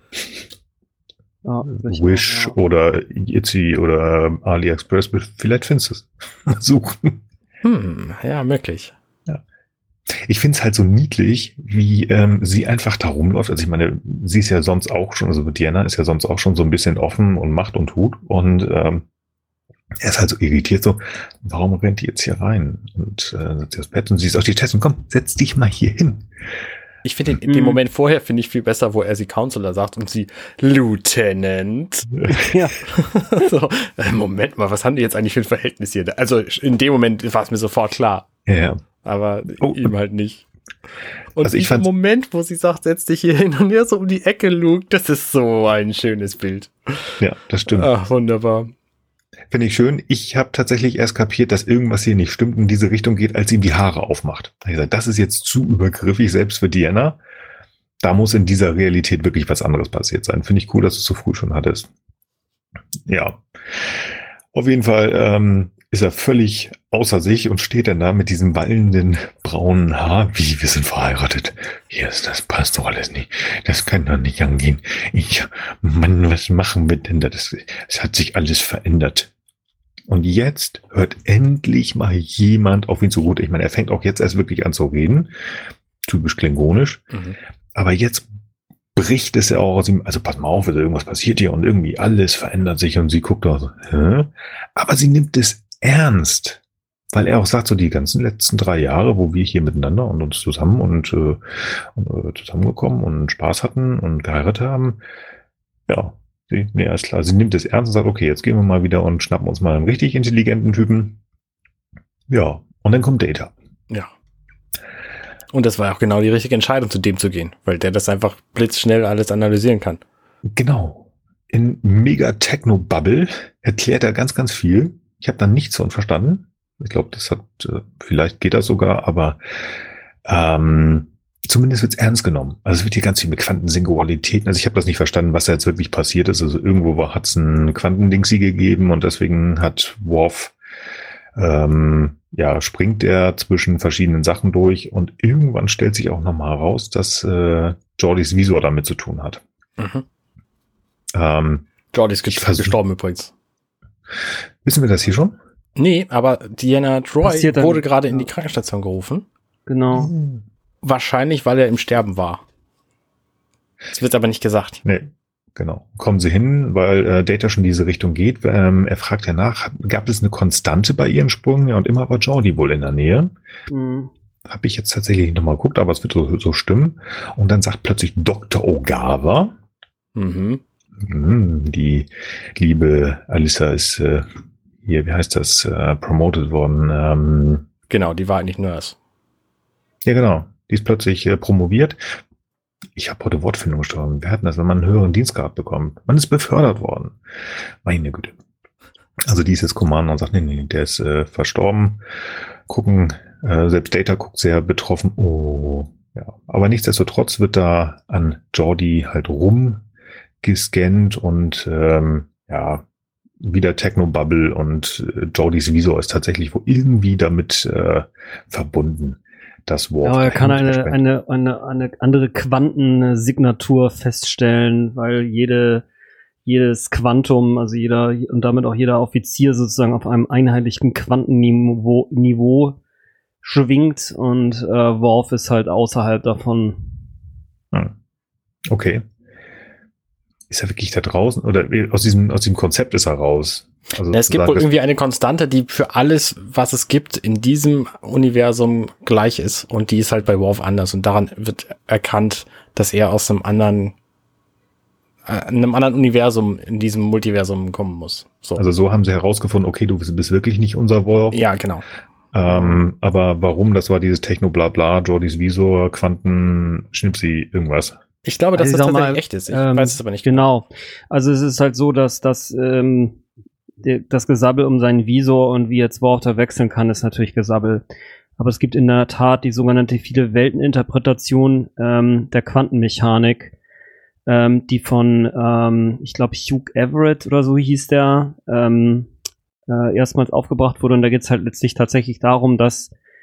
Ja, Wish auch, ja. oder Etsy oder AliExpress, vielleicht findest du es. Suchen. Hm, ja, möglich. Ja. Ich finde es halt so niedlich, wie ähm, sie einfach da rumläuft. Also ich meine, sie ist ja sonst auch schon, also Diana ist ja sonst auch schon so ein bisschen offen und macht und tut. Und ähm, er ist halt so irritiert, so, warum rennt die jetzt hier rein? Und äh, setzt sich aufs Bett und sie ist auch die Testung, komm, setz dich mal hier hin. Ich finde den, den Moment vorher finde ich viel besser, wo er sie Counselor sagt und sie Lieutenant. Ja. So, äh, Moment mal, was haben die jetzt eigentlich für ein Verhältnis hier? Also in dem Moment war es mir sofort klar. Ja. Aber Oh. ihm halt nicht. Und Also ich dieser fand's- Moment, wo sie sagt, setz dich hier hin und er so um die Ecke lugt, das ist so ein schönes Bild. Ja, das stimmt. Ach, wunderbar. Finde ich schön. Ich habe tatsächlich erst kapiert, dass irgendwas hier nicht stimmt und in diese Richtung geht, als sie ihm die Haare aufmacht. Da hab ich gesagt, das ist jetzt zu übergriffig, selbst für Diana. Da muss in dieser Realität wirklich was anderes passiert sein. Finde ich cool, dass du es so früh schon hattest. Ja. Auf jeden Fall ähm, ist er völlig außer sich und steht dann da mit diesem wallenden braunen Haar. Wie, wir sind verheiratet. Hier ist, das passt doch alles nicht. Das kann doch nicht angehen. Ich, Mann, was machen wir denn da? Das, es hat sich alles verändert. Und jetzt hört endlich mal jemand auf ihn zu gut. Ich meine, er fängt auch jetzt erst wirklich an zu reden. Typisch klingonisch. Mhm. Aber jetzt bricht es ja auch aus ihm. Also pass mal auf, irgendwas passiert hier und irgendwie alles verändert sich und sie guckt auch so, hä? Aber sie nimmt es ernst. Weil er auch sagt, so die ganzen letzten drei Jahre, wo wir hier miteinander und uns zusammen und, äh, und äh, zusammengekommen und Spaß hatten und geheiratet haben. Ja, sie, nee, alles klar. Sie nimmt es ernst und sagt, okay, jetzt gehen wir mal wieder und schnappen uns mal einen richtig intelligenten Typen. Ja, und dann kommt Data. Ja. Und das war auch genau die richtige Entscheidung, zu dem zu gehen, weil der das einfach blitzschnell alles analysieren kann. Genau. In mega Techno-Bubble erklärt er ganz, ganz viel. Ich habe da nichts von verstanden. Ich glaube, das hat, äh, vielleicht geht das sogar, aber ähm, zumindest wird's ernst genommen. Also es wird hier ganz viel mit Quantensingularitäten. Also ich habe das nicht verstanden, was da jetzt wirklich passiert ist. Also irgendwo hat es ein Quantendingsi gegeben und deswegen hat Worf ähm, ja, springt er zwischen verschiedenen Sachen durch und irgendwann stellt sich auch nochmal heraus, dass äh, Geordies Visor damit zu tun hat. Mhm. Ähm, Geordi ist Ich ge- versuch- gestorben übrigens. wissen wir das hier schon? Nee, aber Diana Troy Passiert dann- wurde gerade in die Krankenstation gerufen. Genau. Wahrscheinlich, weil er im Sterben war. Das wird aber nicht gesagt. Nee, genau. Kommen sie hin, weil äh, Data schon in diese Richtung geht. Ähm, er fragt ja nach, gab es eine Konstante bei ihren Sprüngen? Ja, und immer war Geordi wohl in der Nähe. Mhm. Habe ich jetzt tatsächlich nochmal geguckt, aber es wird so, so stimmen. Und dann sagt plötzlich Doktor Ogawa, Mhm. hm, die liebe Alyssa ist äh, hier, wie heißt das, äh, promoted worden. Ähm, Genau, die war eigentlich Nurse. ja, genau. Die ist plötzlich äh, promoviert. Ich habe heute Wortfindung gestorben. Wir hatten das, wenn man einen höheren Dienstgrad bekommt. Man ist befördert worden. Meine Güte. Also die ist jetzt Commander und sagt, nee, nee, der ist äh, verstorben. Gucken, äh, selbst Data guckt sehr betroffen. Oh, ja. Aber nichtsdestotrotz wird da an Geordi halt rumgescannt und ähm, ja, wieder Techno-Bubble und äh, Geordis Visor ist tatsächlich wo irgendwie damit äh, verbunden. Das Worf Aber er kann dahinter eine, steckt. eine, eine, eine andere Quantensignatur feststellen, weil jede, jedes Quantum, also jeder und damit auch jeder Offizier sozusagen auf einem einheitlichen Quantenniveau Niveau schwingt und äh, Worf ist halt außerhalb davon. Hm. Okay. Ist er wirklich da draußen? Oder aus diesem, aus diesem Konzept ist er raus? Also Ja, es gibt sozusagen wohl das- irgendwie eine Konstante, die für alles, was es gibt, in diesem Universum gleich ist. Und die ist halt bei Worf anders. Und daran wird erkannt, dass er aus einem anderen, äh, einem anderen Universum in diesem Multiversum kommen muss. So. Also so haben sie herausgefunden, okay, du bist wirklich nicht unser Worf. ja, genau. Ähm, aber warum? Das war dieses Techno-Blabla, Geordis Visor, Quanten, Schnipsi, irgendwas. Ich glaube, dass Also ich das sag tatsächlich mal, echt ist. Ich ähm, weiß es aber nicht. Genau. Also es ist halt so, dass das ähm, der- das Gesabbel um seinen Visor und wie jetzt Worf da wechseln kann, ist natürlich Gesabbel. Aber es gibt in der Tat die sogenannte Viele-Welten-Interpretation ähm, der Quantenmechanik, ähm, die von, ähm, ich glaube, Hugh Everett oder so hieß der, ähm, äh, erstmals aufgebracht wurde. Und da geht es halt letztlich tatsächlich darum, dass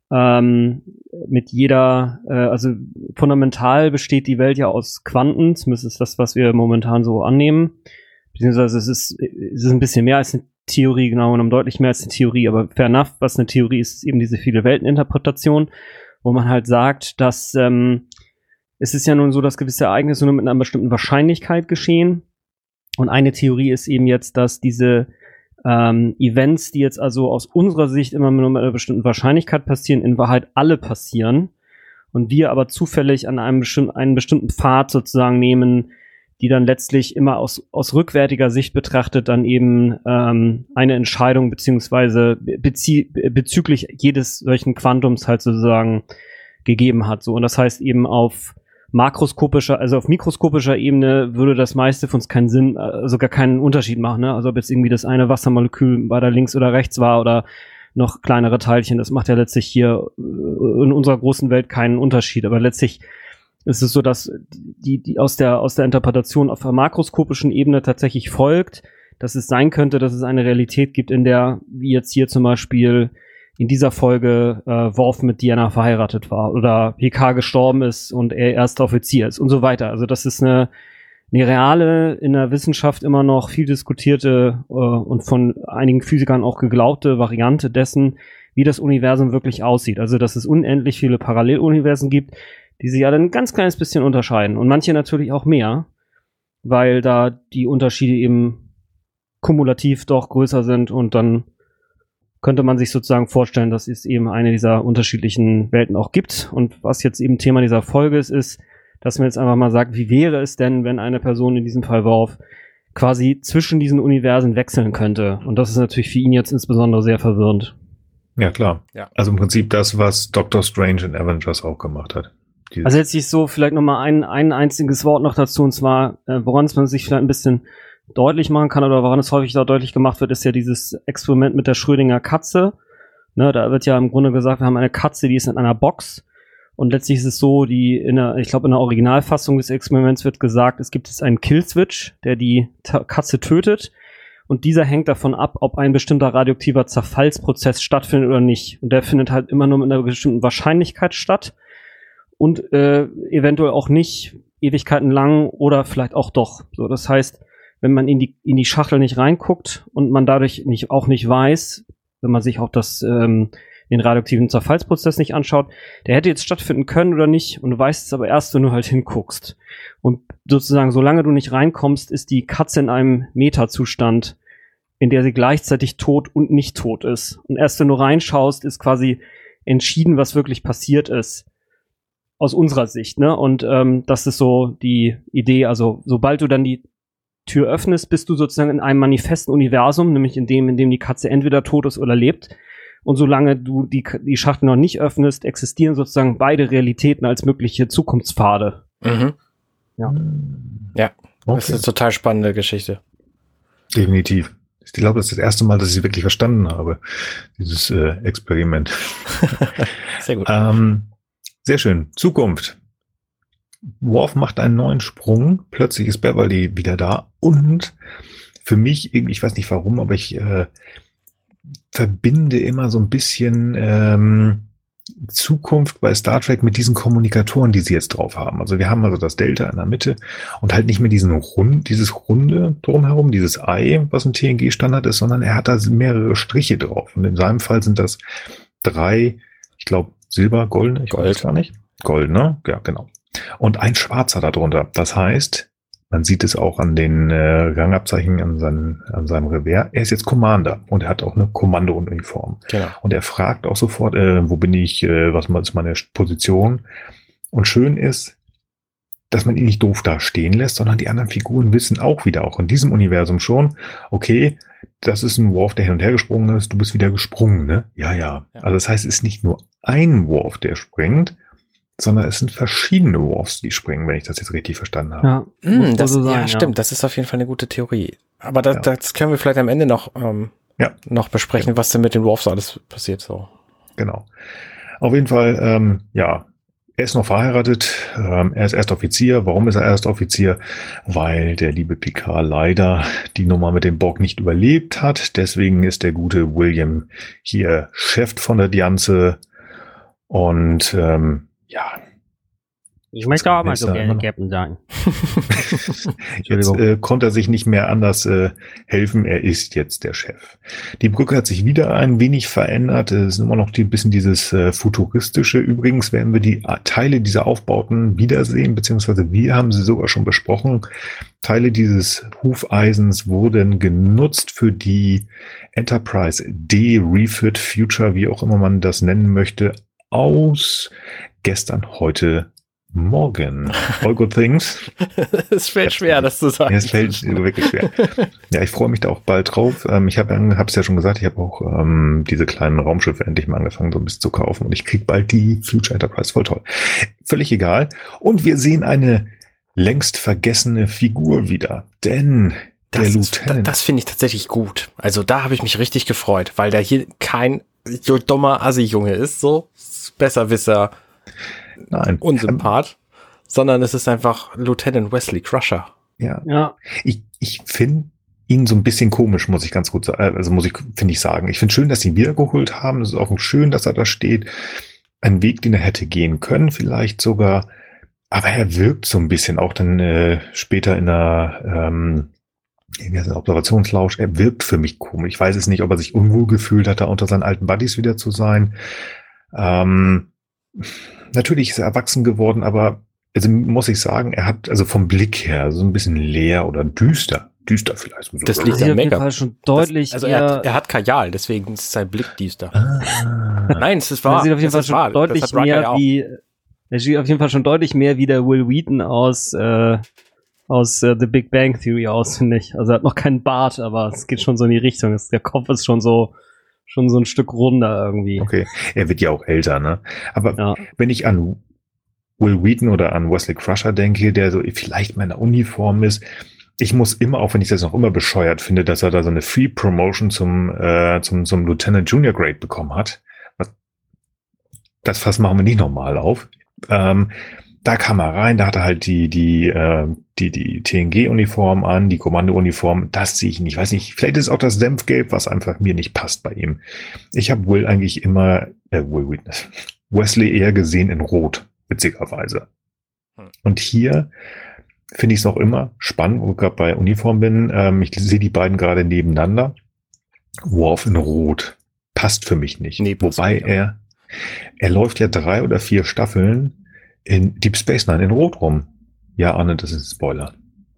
ähm, mit jeder, äh, also fundamental besteht die Welt ja aus Quanten, zumindest ist das, was wir momentan so annehmen, beziehungsweise es ist, es ist ein bisschen mehr als eine Theorie, genau genommen deutlich mehr als eine Theorie, aber fair enough, was eine Theorie ist, ist eben diese viele Welteninterpretation, wo man halt sagt, dass ähm, es ist ja nun so, dass gewisse Ereignisse nur mit einer bestimmten Wahrscheinlichkeit geschehen. Und eine Theorie ist eben jetzt, dass diese ähm, Events, die jetzt also aus unserer Sicht immer nur mit einer bestimmten Wahrscheinlichkeit passieren, in Wahrheit alle passieren. Und wir aber zufällig an einem bestimmten, einen bestimmten Pfad sozusagen nehmen, die dann letztlich immer aus, aus rückwärtiger Sicht betrachtet dann eben ähm, eine Entscheidung beziehungsweise bezie- bezüglich jedes solchen Quantums halt sozusagen gegeben hat. So, und das heißt eben auf makroskopischer, also auf mikroskopischer Ebene würde das meiste für uns keinen Sinn, also gar keinen Unterschied machen, ne? Also ob jetzt irgendwie das eine Wassermolekül weiter links oder rechts war oder noch kleinere Teilchen, das macht ja letztlich hier in unserer großen Welt keinen Unterschied. Aber letztlich ist es so, dass die, die aus der, aus der Interpretation auf der makroskopischen Ebene tatsächlich folgt, dass es sein könnte, dass es eine Realität gibt, in der, wie jetzt hier zum Beispiel in dieser Folge äh, Worf mit Deanna verheiratet war oder P K gestorben ist und er erster Offizier ist und so weiter. Also das ist eine, eine reale, in der Wissenschaft immer noch viel diskutierte äh, und von einigen Physikern auch geglaubte Variante dessen, wie das Universum wirklich aussieht. Also dass es unendlich viele Paralleluniversen gibt, die sich alle ein ganz kleines bisschen unterscheiden und manche natürlich auch mehr, weil da die Unterschiede eben kumulativ doch größer sind und dann könnte man sich sozusagen vorstellen, dass es eben eine dieser unterschiedlichen Welten auch gibt. Und was jetzt eben Thema dieser Folge ist, ist, dass man jetzt einfach mal sagt, wie wäre es denn, wenn eine Person, in diesem Fall Worf, quasi zwischen diesen Universen wechseln könnte. Und das ist natürlich für ihn jetzt insbesondere sehr verwirrend. Ja, klar. Ja. Also im Prinzip das, was Doctor Strange in Avengers auch gemacht hat. Dieses Also jetzt sich so vielleicht nochmal ein, ein einziges Wort noch dazu, und zwar, äh, woran es man sich vielleicht ein bisschen deutlich machen kann oder woran es häufig da deutlich gemacht wird, ist ja dieses Experiment mit der Schrödinger Katze. Ne, da wird ja im Grunde gesagt, wir haben eine Katze, die ist in einer Box und letztlich ist es so, die in der, ich glaube in der Originalfassung des Experiments wird gesagt, es gibt jetzt einen Killswitch, der die Ta- Katze tötet und dieser hängt davon ab, ob ein bestimmter radioaktiver Zerfallsprozess stattfindet oder nicht. Und der findet halt immer nur mit einer bestimmten Wahrscheinlichkeit statt und äh, eventuell auch nicht Ewigkeiten lang oder vielleicht auch doch. So, das heißt, wenn man in die, in die Schachtel nicht reinguckt und man dadurch nicht, auch nicht weiß, wenn man sich auch das, ähm, den radioaktiven Zerfallsprozess nicht anschaut, der hätte jetzt stattfinden können oder nicht und du weißt es aber erst, wenn du halt hinguckst. Und sozusagen, solange du nicht reinkommst, ist die Katze in einem Meta-Zustand, in der sie gleichzeitig tot und nicht tot ist. Und erst wenn du reinschaust, ist quasi entschieden, was wirklich passiert ist. Aus unserer Sicht, ne? Und ähm, das ist so die Idee, also sobald du dann die Tür öffnest, bist du sozusagen in einem manifesten Universum, nämlich in dem, in dem die Katze entweder tot ist oder lebt. Und solange du die, die Schachtel noch nicht öffnest, existieren sozusagen beide Realitäten als mögliche Zukunftspfade. Mhm. Ja. Ja, Okay. das ist eine total spannende Geschichte. Definitiv. Ich glaube, das ist das erste Mal, dass ich sie wirklich verstanden habe, dieses äh, Experiment. Sehr gut. Ähm, sehr schön. Zukunft. Worf macht einen neuen Sprung. Plötzlich ist Beverly wieder da. Und für mich, irgendwie, ich weiß nicht warum, aber ich äh, verbinde immer so ein bisschen ähm, Zukunft bei Star Trek mit diesen Kommunikatoren, die sie jetzt drauf haben. Also wir haben also das Delta in der Mitte und halt nicht mehr diesen Rund, dieses Runde drumherum, dieses Ei, was ein T N G-Standard ist, sondern er hat da mehrere Striche drauf. Und in seinem Fall sind das drei, ich glaube, Silber, Gold, ich Gold. weiß gar nicht. Gold, ne? Ja, genau. Und ein schwarzer darunter. Das heißt, man sieht es auch an den äh, Rangabzeichen an, seinen, an seinem Revers. Er ist jetzt Commander und er hat auch eine Kommandouniform. Genau. Und er fragt auch sofort, äh, wo bin ich, äh, was ist meine Position? Und schön ist, dass man ihn nicht doof da stehen lässt, sondern die anderen Figuren wissen auch wieder, auch in diesem Universum schon, okay, das ist ein Worf, der hin und her gesprungen ist, du bist wieder gesprungen, ne? Ja, ja. Ja. Also das heißt, es ist nicht nur ein Worf, der springt, sondern es sind verschiedene Worfs, die springen, wenn ich das jetzt richtig verstanden habe. Ja, Mm, muss das, so sein, ja, ja. stimmt. Das ist auf jeden Fall eine gute Theorie. Aber das, Ja. das können wir vielleicht am Ende noch, ähm, Ja. noch besprechen, was denn mit den Worfs alles passiert. So. Genau. Auf jeden Fall, ähm, ja, er ist noch verheiratet, ähm, er ist Erstoffizier. Warum ist er Erstoffizier? Weil der liebe Picard leider die Nummer mit dem Borg nicht überlebt hat. Deswegen ist der gute William hier Chef von der Dianze Und ähm, ja. Ich möchte auch mal so gerne Captain sein. Jetzt äh, konnte er sich nicht mehr anders äh, helfen. Er ist jetzt der Chef. Die Brücke hat sich wieder ein wenig verändert. Es ist immer noch ein bisschen dieses äh, futuristische. Übrigens werden wir die Teile dieser Aufbauten wiedersehen, beziehungsweise wir haben sie sogar schon besprochen. Teile dieses Hufeisens wurden genutzt für die Enterprise D Refit Future, wie auch immer man das nennen möchte, aus gestern, heute, morgen. All good things. Es fällt schwer, das zu sagen. Ja, es fällt wirklich schwer. Ja, ich freue mich da auch bald drauf. Ähm, ich habe es ja schon gesagt, ich habe auch ähm, diese kleinen Raumschiffe endlich mal angefangen, so ein bisschen zu kaufen. Und ich kriege bald die Future Enterprise. Voll toll. Völlig egal. Und wir sehen eine längst vergessene Figur wieder. Denn der das, Lieutenant... Das, das finde ich tatsächlich gut. Also da habe ich mich richtig gefreut, weil der hier kein so dummer Assi-Junge ist, so Besserwisser. Nein. Unsympath, ähm, sondern es ist einfach Lieutenant Wesley Crusher. Ja. ja. Ich, ich finde ihn so ein bisschen komisch, muss ich ganz gut sagen. Also muss ich, finde ich sagen. Ich finde schön, dass sie ihn wiedergeholt haben. Es ist auch schön, dass er da steht. Ein Weg, den er hätte gehen können, vielleicht sogar. Aber er wirkt so ein bisschen auch dann äh, später in der ähm, wie heißt das, Observationslausch. Er wirkt für mich komisch. Ich weiß es nicht, ob er sich unwohl gefühlt hat, da unter seinen alten Buddies wieder zu sein. Ähm, Natürlich ist er erwachsen geworden, aber also muss ich sagen, er hat also vom Blick her so ein bisschen leer oder düster. Düster vielleicht. So. Das liegt am Make-up. Schon deutlich das, also er hat, er hat Kajal, deswegen ist sein Blick düster. Ah. Nein, es ist wahr. Er sieht auf jeden Fall schon wahr. deutlich mehr wie, er sieht auf jeden Fall schon deutlich mehr wie der Will Wheaton aus, äh, aus äh, The Big Bang Theory aus, finde ich. Also er hat noch keinen Bart, aber es geht schon so in die Richtung. Es, der Kopf ist schon so, schon so ein Stück runder irgendwie. Okay, er wird ja auch älter, ne? Aber ja. wenn ich an Will Wheaton oder an Wesley Crusher denke, der so vielleicht mal in der Uniform ist, ich muss immer, auch wenn ich das noch immer bescheuert finde, dass er da so eine Free Promotion zum äh, zum zum Lieutenant Junior Grade bekommen hat. Das Fass machen wir nicht nochmal auf. Ähm, da kam er rein, da hat er halt die die äh, die die T N G-Uniform an, die Kommando-Uniform. Das sehe ich nicht. Ich weiß nicht, vielleicht ist es auch das Senfgelb, was einfach mir nicht passt bei ihm. Ich habe Will eigentlich immer äh, Will Witness Wesley eher gesehen in Rot, witzigerweise. Und hier finde ich es noch immer spannend, wo ich gerade bei Uniform bin. Ähm, ich sehe die beiden gerade nebeneinander. Worf in Rot passt für mich nicht. Nee, Wobei nicht, er er läuft ja drei oder vier Staffeln in Deep Space Nine in Rot rum. Ja, Arne, das ist ein Spoiler.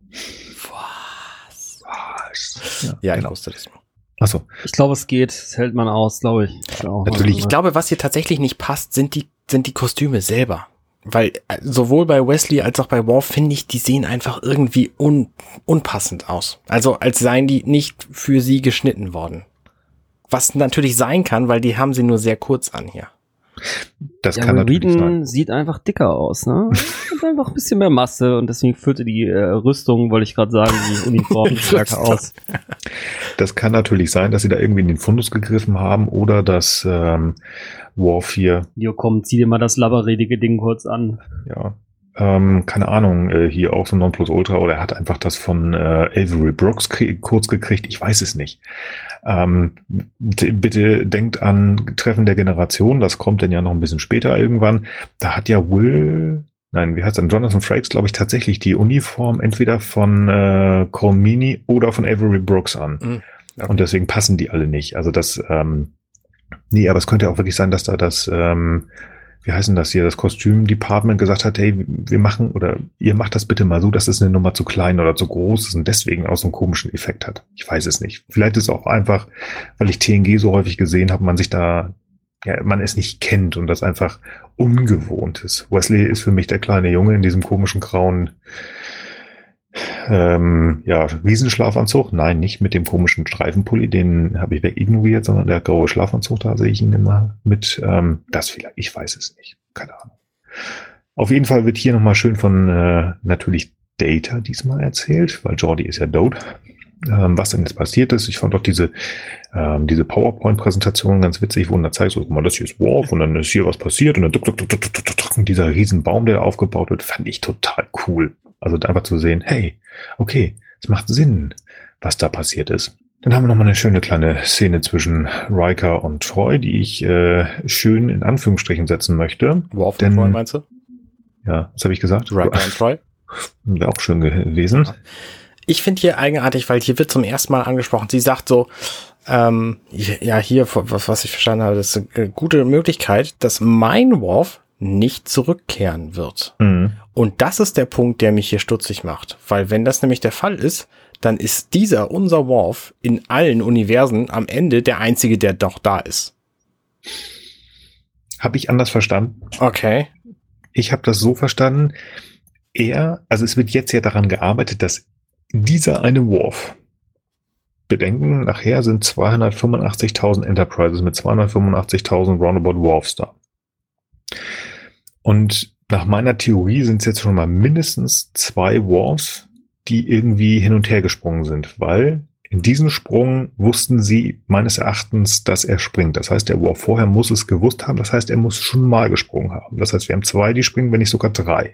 Was? Was? Ja, ja, genau. Ich wusste das. Achso. Ich glaube, es geht. Das hält man aus, glaube ich. Ja, natürlich. Ich glaube, was hier tatsächlich nicht passt, sind die, sind die Kostüme selber. Weil sowohl bei Wesley als auch bei Worf finde ich, die sehen einfach irgendwie un, unpassend aus. Also als seien die nicht für sie geschnitten worden. Was natürlich sein kann, weil die haben sie nur sehr kurz an hier. Das ja, kann natürlich Whedon sein. Sieht einfach dicker aus, ne? Hat einfach ein bisschen mehr Masse und deswegen füllte die äh, Rüstung, wollte ich gerade sagen, die Uniform stärker aus. Das kann natürlich sein, dass sie da irgendwie in den Fundus gegriffen haben oder dass ähm, Worf hier... Jo, komm, zieh dir mal das labberredige Ding kurz an. Ja, ähm, keine Ahnung, äh, hier auch so ein Nonplusultra oder er hat einfach das von äh, Avery Brooks k- kurz gekriegt, ich weiß es nicht. Ähm, d- bitte denkt an Treffen der Generation, das kommt dann ja noch ein bisschen später irgendwann. Da hat ja Will, nein, wie heißt er, Jonathan Frakes, glaube ich, tatsächlich die Uniform entweder von äh, Cole Meany oder von Avery Brooks an. Mhm. Okay. Und deswegen passen die alle nicht. Also das, ähm, nee, aber es könnte auch wirklich sein, dass da das, ähm, wie heißen das hier, das Kostüm-Department gesagt hat, hey, wir machen, oder ihr macht das bitte mal so, dass es eine Nummer zu klein oder zu groß ist und deswegen auch so einen komischen Effekt hat. Ich weiß es nicht. Vielleicht ist es auch einfach, weil ich T N G so häufig gesehen habe, man sich da, ja, man es nicht kennt und das einfach ungewohnt ist. Wesley ist für mich der kleine Junge in diesem komischen grauen, ähm, ja, Riesenschlafanzug. Nein, nicht mit dem komischen Streifenpulli, den habe ich wegignoriert, sondern der graue Schlafanzug, da sehe ich ihn immer mit. Ähm, das vielleicht, ich weiß es nicht. Keine Ahnung. Auf jeden Fall wird hier nochmal schön von äh, natürlich Data diesmal erzählt, weil Geordi ist ja tot. Ähm, was denn jetzt passiert ist, ich fand doch diese ähm, diese PowerPoint-Präsentation ganz witzig, wo man da zeigt, so, guck mal, das hier ist Worf und dann ist hier was passiert und dann duck, duck, duck, duck, duck, duck, und dieser riesen Baum, der aufgebaut wird, fand ich total cool. Also einfach zu sehen, hey, okay, es macht Sinn, was da passiert ist. Dann haben wir nochmal eine schöne kleine Szene zwischen Riker und Troy, die ich äh, schön in Anführungsstrichen setzen möchte. Worf Denn, und Troy meinst du? Ja, was habe ich gesagt? Riker und Troy. Wäre auch schön gewesen. Ich finde hier eigenartig, weil hier wird zum ersten Mal angesprochen. Sie sagt so, ähm, ja, hier, was ich verstanden habe, das ist eine gute Möglichkeit, dass mein Worf nicht zurückkehren wird. Mhm. Und das ist der Punkt, der mich hier stutzig macht. Weil wenn das nämlich der Fall ist, dann ist dieser, unser Worf, in allen Universen am Ende der einzige, der noch da ist. Habe ich anders verstanden. Okay. Ich habe das so verstanden, er, also es wird jetzt ja daran gearbeitet, dass dieser eine Worf, bedenken, nachher sind zweihundertfünfundachtzigtausend Enterprises mit zweihundertfünfundachtzigtausend Roundabout Worfs da. Und nach meiner Theorie sind es jetzt schon mal mindestens zwei Worfs, die irgendwie hin und her gesprungen sind, weil in diesem Sprung wussten sie meines Erachtens, dass er springt. Das heißt, der Worf vorher muss es gewusst haben, das heißt, er muss schon mal gesprungen haben. Das heißt, wir haben zwei, die springen, wenn nicht sogar drei.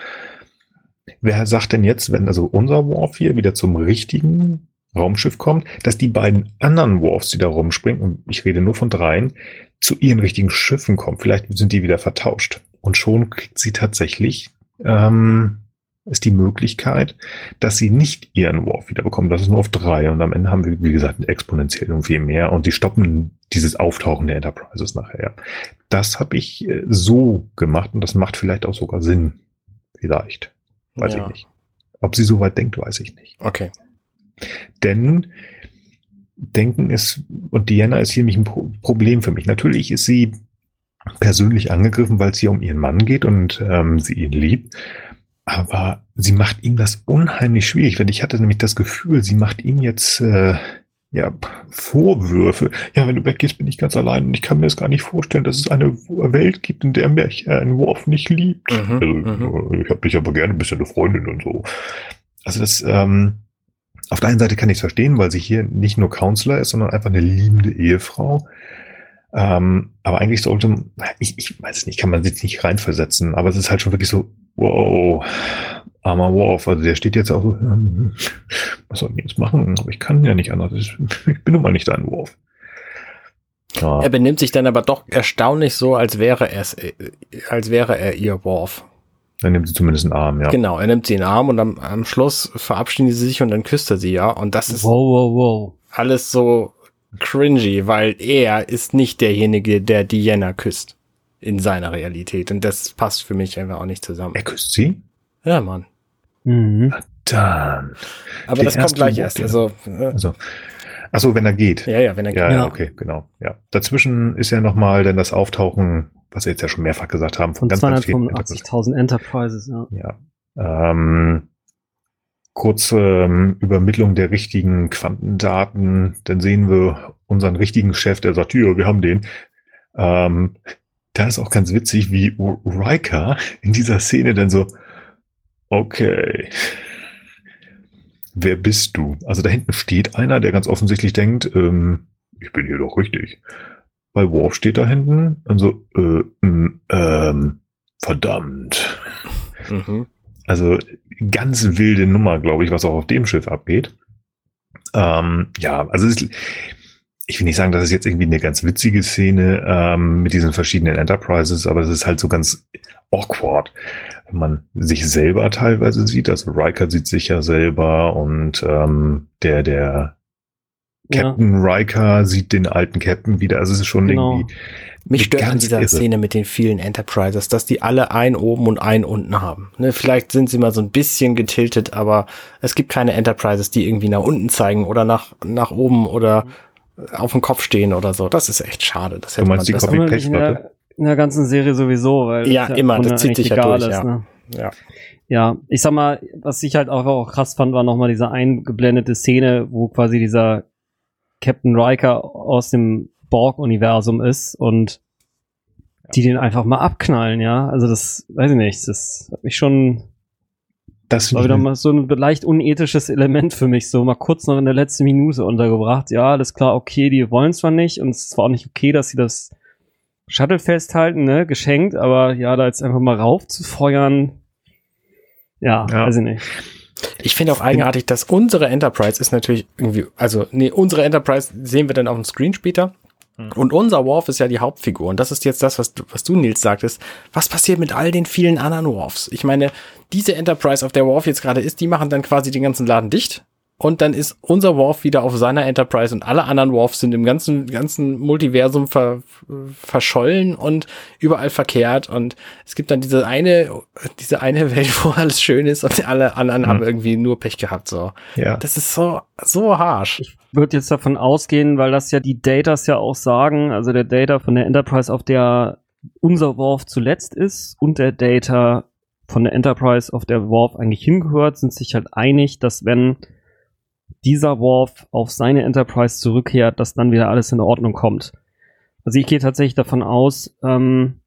Wer sagt denn jetzt, wenn also unser Worf hier wieder zum richtigen Raumschiff kommt, dass die beiden anderen Worfs, die da rumspringen, und ich rede nur von dreien, zu ihren richtigen Schiffen kommen? Vielleicht sind die wieder vertauscht. Und schon kriegt sie tatsächlich, ähm, ist die Möglichkeit, dass sie nicht ihren Worf wieder bekommen. Das ist nur auf drei. Und am Ende haben wir, wie gesagt, exponentiell und viel mehr. Und die stoppen dieses Auftauchen der Enterprises nachher. Das habe ich äh, so gemacht und das macht vielleicht auch sogar Sinn. Vielleicht. Weiß Ja. ich nicht. Ob sie so weit denkt, weiß ich nicht. Okay. Denn Denken ist, und Deanna ist hier nicht ein Pro- Problem für mich. Natürlich ist sie persönlich angegriffen, weil es hier um ihren Mann geht und ähm, sie ihn liebt. Aber sie macht ihm das unheimlich schwierig, denn ich hatte nämlich das Gefühl, sie macht ihm jetzt äh, ja, Vorwürfe. Ja, wenn du weggehst, bin ich ganz allein und ich kann mir das gar nicht vorstellen, dass es eine Welt gibt, in der mich ein Worf nicht liebt. Mhm, also, mhm. Ich habe dich aber gerne, bist ja eine Freundin und so. Also das, ähm, auf der einen Seite kann ich es verstehen, weil sie hier nicht nur Counselor ist, sondern einfach eine liebende Ehefrau. Ähm, aber eigentlich sollte, ich, ich weiß es nicht, kann man sich nicht reinversetzen, aber es ist halt schon wirklich so, wow, armer Worf, also der steht jetzt auch so, hm, was soll ich jetzt machen? Aber ich kann ja nicht anders, ich bin nun mal nicht ein Worf. Ja. Er benimmt sich dann aber doch erstaunlich so, als wäre er als wäre er ihr Worf. Dann nimmt sie zumindest einen Arm, ja. Genau, er nimmt sie in den Arm und am, am Schluss verabschieden sie sich und dann küsst er sie, ja. Und das ist Wow, wow, wow. alles so cringy, weil er ist nicht derjenige, der Deanna küsst in seiner Realität. Und das passt für mich einfach auch nicht zusammen. Er küsst sie? Ja, Mann. Mhm. Dann. Aber Der das kommt erste gleich Worf, erst. der- Also, äh, Also, achso, wenn er geht. ja, ja, wenn er Ja, geht. ja, Ja. okay, genau. Ja. Dazwischen ist ja nochmal dann das Auftauchen, was wir jetzt ja schon mehrfach gesagt haben, Von ganz, ganz vielen zweihundertfünfundachtzigtausend Enterprises, ja. Ja. Ähm, kurze ähm, Übermittlung der richtigen Quantendaten, dann sehen wir unseren richtigen Chef, der sagt, ja, wir haben den. Ähm, da ist auch ganz witzig, wie R- Riker in dieser Szene dann so, okay, wer bist du? Also da hinten steht einer, der ganz offensichtlich denkt, ähm, ich bin hier doch richtig. Bei Worf steht da hinten und so, äh, m, ähm, verdammt. Mhm. Also ganz wilde Nummer, glaube ich, was auch auf dem Schiff abgeht. Ähm, ja, also es ist, ich will nicht sagen, das ist jetzt irgendwie eine ganz witzige Szene ähm, mit diesen verschiedenen Enterprises, aber es ist halt so ganz awkward, wenn man sich selber teilweise sieht. Also Riker sieht sich ja selber und ähm, der der Captain Riker sieht den alten Captain wieder. Also es ist schon Genau. irgendwie Mich stört an ganz dieser irre. Szene mit den vielen Enterprises, dass die alle einen oben und einen unten haben. Ne, vielleicht sind sie mal so ein bisschen getiltet, aber es gibt keine Enterprises, die irgendwie nach unten zeigen oder nach, nach oben oder auf dem Kopf stehen oder so. Das ist echt schade. Das hätte meinst man die besser- Copy- Aber in der, in der ganzen Serie sowieso, weil Ja, das immer, im Grunde das zieht eigentlich sich ja egal durch, ist, ja. ne? Ja. Ja, ich sag mal, was ich halt auch, auch krass fand, war nochmal diese eingeblendete Szene, wo quasi dieser Captain Riker aus dem Borg-Universum ist und die den einfach mal abknallen, ja. Also das, weiß ich nicht, das hat mich schon, das war wieder mal so ein leicht unethisches Element für mich, so mal kurz noch in der letzten Minute untergebracht. Ja, alles klar, okay, die wollen zwar nicht und es war auch nicht okay, dass sie das Shuttle festhalten, ne, geschenkt, aber ja, da jetzt einfach mal rauf zu feuern, ja, Ja. weiß ich nicht. Ich finde auch eigenartig, dass unsere Enterprise ist natürlich irgendwie, also nee, unsere Enterprise sehen wir dann auf dem Screen später. Und unser Worf ist ja die Hauptfigur. Und das ist jetzt das, was du, was du, Nils, sagtest. Was passiert mit all den vielen anderen Worfs? Ich meine, diese Enterprise, auf der Worf jetzt gerade ist, die machen dann quasi den ganzen Laden dicht. Und dann ist unser Worf wieder auf seiner Enterprise und alle anderen Worfs sind im ganzen, ganzen Multiversum ver, verschollen und überall verkehrt. Und es gibt dann diese eine, diese eine Welt, wo alles schön ist und alle anderen mhm. haben irgendwie nur Pech gehabt, so. Ja. Das ist so, so harsh. Ich würde jetzt davon ausgehen, weil das ja die Datas ja auch sagen, also der Data von der Enterprise, auf der unser Worf zuletzt ist und der Data von der Enterprise, auf der Worf eigentlich hingehört, sind sich halt einig, dass wenn dieser Worf auf seine Enterprise zurückkehrt, dass dann wieder alles in Ordnung kommt. Also ich gehe tatsächlich davon aus, ähm,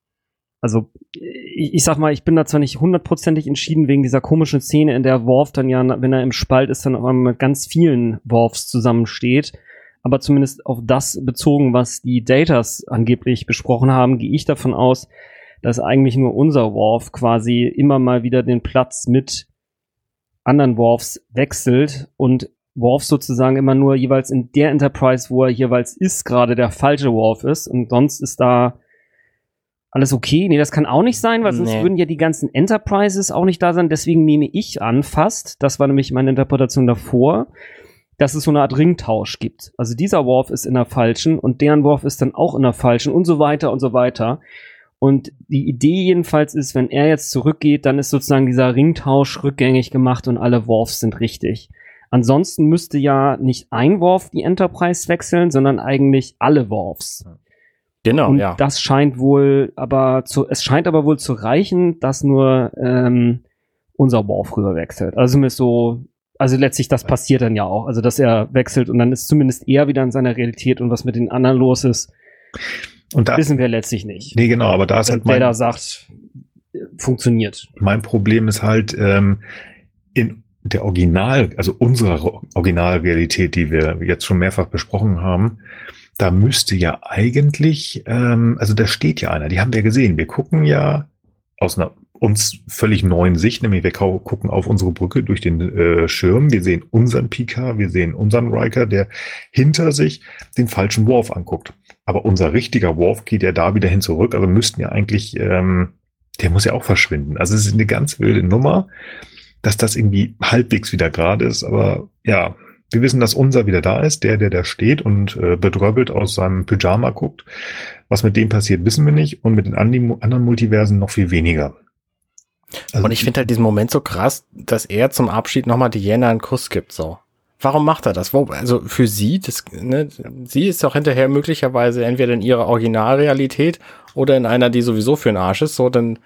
also ich, ich sag mal, ich bin da zwar nicht hundertprozentig entschieden wegen dieser komischen Szene, in der Worf dann ja, wenn er im Spalt ist, dann auf einmal mit ganz vielen Worfs zusammensteht, aber zumindest auf das bezogen, was die Datas angeblich besprochen haben, gehe ich davon aus, dass eigentlich nur unser Worf quasi immer mal wieder den Platz mit anderen Worfs wechselt und Worf sozusagen immer nur jeweils in der Enterprise, wo er jeweils ist, gerade der falsche Worf ist und sonst ist da alles okay. Nee, das kann auch nicht sein, weil sonst nee. würden ja die ganzen Enterprises auch nicht da sein. Deswegen nehme ich an fast, das war nämlich meine Interpretation davor, dass es so eine Art Ringtausch gibt. Also dieser Worf ist in der falschen und deren Worf ist dann auch in der falschen und so weiter und so weiter. Und die Idee jedenfalls ist, wenn er jetzt zurückgeht, dann ist sozusagen dieser Ringtausch rückgängig gemacht und alle Worfs sind richtig. Ansonsten müsste ja nicht ein Worf die Enterprise wechseln, sondern eigentlich alle Worfs. Genau, und ja. Das scheint wohl aber zu, es scheint aber wohl zu reichen, dass nur ähm, unser Worf rüber wechselt. Also zumindest so, also letztlich das passiert dann ja auch. Also dass er wechselt und dann ist zumindest er wieder in seiner Realität und was mit den anderen los ist. Und da, wissen wir letztlich nicht. Nee, genau, aber da ist halt mein, der da sagt, funktioniert. Mein Problem ist halt, ähm, in der Original, also unserer Originalrealität, die wir jetzt schon mehrfach besprochen haben, da müsste ja eigentlich, ähm, also da steht ja einer, die haben wir gesehen. Wir gucken ja aus einer uns völlig neuen Sicht, nämlich wir gucken auf unsere Brücke durch den äh, Schirm, wir sehen unseren Picard, wir sehen unseren Riker, der hinter sich den falschen Worf anguckt. Aber unser richtiger Worf geht ja da wieder hin zurück, also müssten ja eigentlich, ähm, der muss ja auch verschwinden. Also es ist eine ganz wilde Nummer, dass das irgendwie halbwegs wieder gerade ist, aber ja, wir wissen, dass unser wieder da ist, der, der da steht und äh, bedröppelt aus seinem Pyjama guckt. Was mit dem passiert, wissen wir nicht und mit den anderen Multiversen noch viel weniger. Also und ich finde halt diesen Moment so krass, dass er zum Abschied nochmal Diana einen Kuss gibt, so. Warum macht er das? Wo, also für sie, das, ne, sie ist doch hinterher möglicherweise entweder in ihrer Originalrealität oder in einer, die sowieso für den Arsch ist, so, dann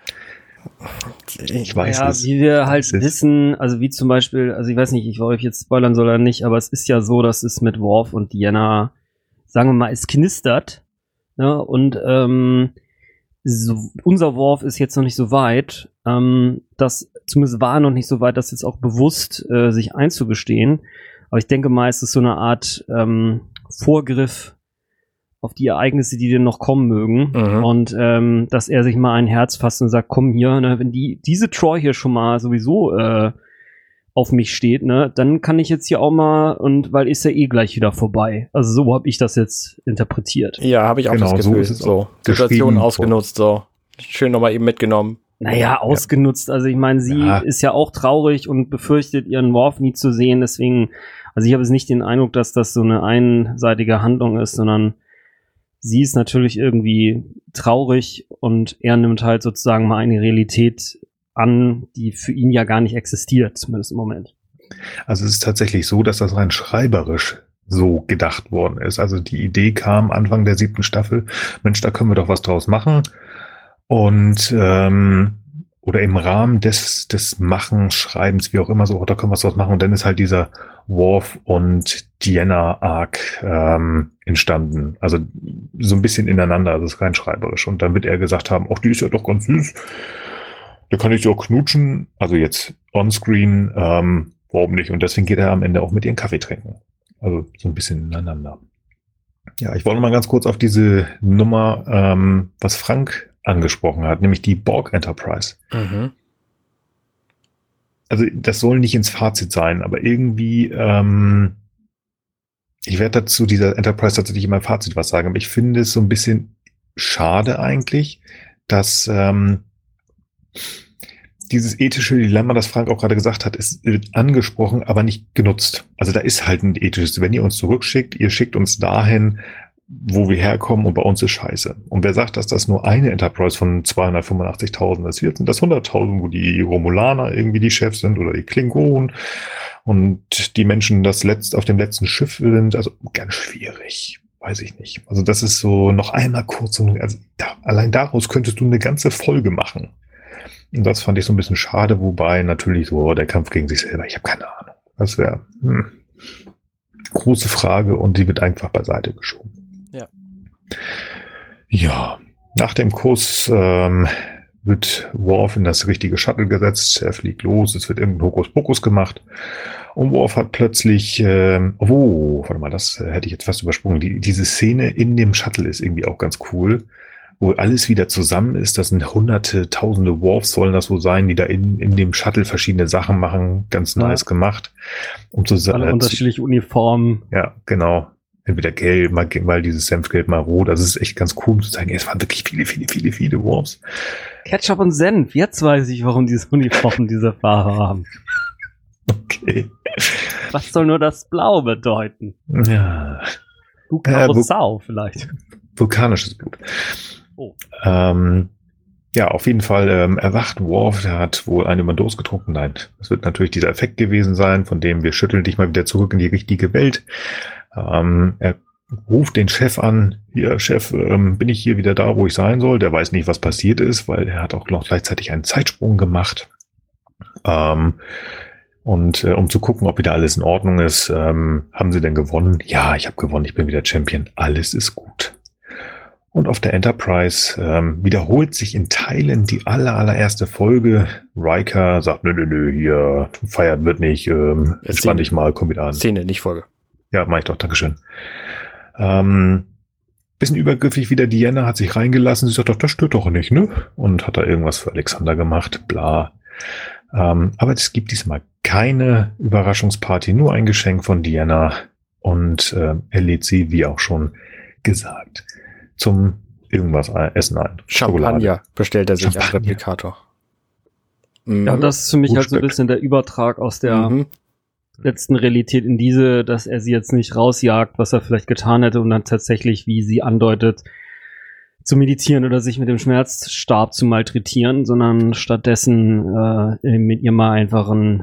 ich weiß ja, es. Wie wir halt wissen, also wie zum Beispiel, also ich weiß nicht, ich wollte euch jetzt spoilern soll oder nicht, aber es ist ja so, dass es mit Worf und Diana, sagen wir mal, es knistert, ne, und ähm, so, unser Worf ist jetzt noch nicht so weit, ähm, das zumindest war noch nicht so weit, das jetzt auch bewusst äh, sich einzugestehen. Aber ich denke mal, es ist so eine Art ähm, Vorgriff auf die Ereignisse, die denn noch kommen mögen. Mhm. Und ähm, dass er sich mal ein Herz fasst und sagt, komm hier, ne, wenn die diese Troy hier schon mal sowieso äh, auf mich steht, ne, dann kann ich jetzt hier auch mal, und weil ist ja eh gleich wieder vorbei. Also so habe ich das jetzt interpretiert. Ja, habe ich auch genau, das Gefühl. So, so. Situation ausgenutzt, so. Schön nochmal eben mitgenommen. Naja, ausgenutzt. Ja. Also ich meine, sie ja. ist ja auch traurig und befürchtet, ihren Worf nie zu sehen. Deswegen, also ich habe jetzt nicht den Eindruck, dass das so eine einseitige Handlung ist, sondern sie ist natürlich irgendwie traurig und er nimmt halt sozusagen mal eine Realität an, die für ihn ja gar nicht existiert, zumindest im Moment. Also es ist tatsächlich so, dass das rein schreiberisch so gedacht worden ist. Also die Idee kam Anfang der siebten Staffel, Mensch, da können wir doch was draus machen. Und ähm, oder im Rahmen des des Machens, Schreibens, wie auch immer so, da können wir was draus machen. Und dann ist halt dieser Worf und Diana-Arc ähm, entstanden. Also so ein bisschen ineinander, also es ist rein schreiberisch. Und dann wird er gesagt haben, ach, die ist ja doch ganz süß. Da kann ich sie auch knutschen. Also jetzt onscreen, ähm, warum nicht? Und deswegen geht er am Ende auch mit ihren Kaffee trinken. Also so ein bisschen ineinander. Ja, ich wollte mal ganz kurz auf diese Nummer, ähm, was Frank angesprochen hat, nämlich die Borg Enterprise. Mhm. also das soll nicht ins Fazit sein, aber irgendwie, ähm, ich werde dazu dieser Enterprise tatsächlich in meinem Fazit was sagen, aber ich finde es so ein bisschen schade eigentlich, dass ähm, dieses ethische Dilemma, das Frank auch gerade gesagt hat, ist angesprochen, aber nicht genutzt. Also da ist halt ein ethisches, wenn ihr uns zurückschickt, ihr schickt uns dahin, wo wir herkommen und bei uns ist scheiße. Und wer sagt, dass das nur eine Enterprise von zweihundertfünfundachtzigtausend ist? Jetzt sind das hunderttausend, wo die Romulaner irgendwie die Chefs sind oder die Klingonen und die Menschen das letzt, auf dem letzten Schiff sind. Also ganz schwierig. Weiß ich nicht. Also das ist so noch einmal kurz, also da, allein daraus könntest du eine ganze Folge machen. Und das fand ich so ein bisschen schade, wobei natürlich so der Kampf gegen sich selber, ich habe keine Ahnung. Das wäre hm, große Frage und die wird einfach beiseite geschoben. Ja. Ja, nach dem Kuss ähm, wird Worf in das richtige Shuttle gesetzt. Er fliegt los, es wird irgendein Hokuspokus gemacht. Und Worf hat plötzlich, ähm, oh, warte mal, das äh, hätte ich jetzt fast übersprungen. Die, diese Szene in dem Shuttle ist irgendwie auch ganz cool, wo alles wieder zusammen ist. Das sind hunderte, tausende Worfs sollen das wohl sein, die da in, in dem Shuttle verschiedene Sachen machen. Ganz Ja. nice gemacht. Um zu Alle äh, unterschiedliche Uniformen. Ja, genau. Entweder gelb, mal, mal dieses Senfgelb, mal rot. Also es ist echt ganz cool zu zeigen, es waren wirklich viele, viele, viele, viele Worfs. Ketchup und Senf. Jetzt weiß ich, warum diese Uniformen diese Farbe haben. Okay. Was soll nur das Blau bedeuten? Ja. Du Äh, wo- Karossau vielleicht. Vulkanisches Blut. Oh. Ähm, ja, auf jeden Fall ähm, erwacht Worf, der hat wohl eine Überdosis getrunken. Nein, das wird natürlich dieser Effekt gewesen sein, von dem wir schütteln dich mal wieder zurück in die richtige Welt. Ähm, er ruft den Chef an, hier Chef, ähm, bin ich hier wieder da, wo ich sein soll? Der weiß nicht, was passiert ist, weil er hat auch noch gleichzeitig einen Zeitsprung gemacht. Ähm, und äh, um zu gucken, ob wieder alles in Ordnung ist, ähm, haben sie denn gewonnen? Ja, ich habe gewonnen, ich bin wieder Champion. Alles ist gut. Und auf der Enterprise ähm, wiederholt sich in Teilen die aller, allererste Folge. Riker sagt, nö, nö, nö, hier, feiert wird nicht, ähm, entspann dich mal, komm wieder an. Szene, nicht Folge. Ja, mach ich doch, Dankeschön. Ähm, bisschen übergriffig wieder, Deanna hat sich reingelassen, sie sagt doch, das stört doch nicht, ne? Und hat da irgendwas für Alexander gemacht, bla. Ähm, aber es gibt diesmal keine Überraschungsparty, nur ein Geschenk von Deanna und äh, er lädt sie, wie auch schon gesagt, zum irgendwas ein, Essen ein. Champagner Schokolade. bestellt er sich Champagner. als Replikator. Mhm. Ja, das ist für mich Gut halt so ein schmeckt. bisschen der Übertrag aus der Mhm. letzten Realität in diese, dass er sie jetzt nicht rausjagt, was er vielleicht getan hätte, um dann tatsächlich, wie sie andeutet, zu meditieren oder sich mit dem Schmerzstab zu malträtieren, sondern stattdessen äh, mit ihr mal einfach ein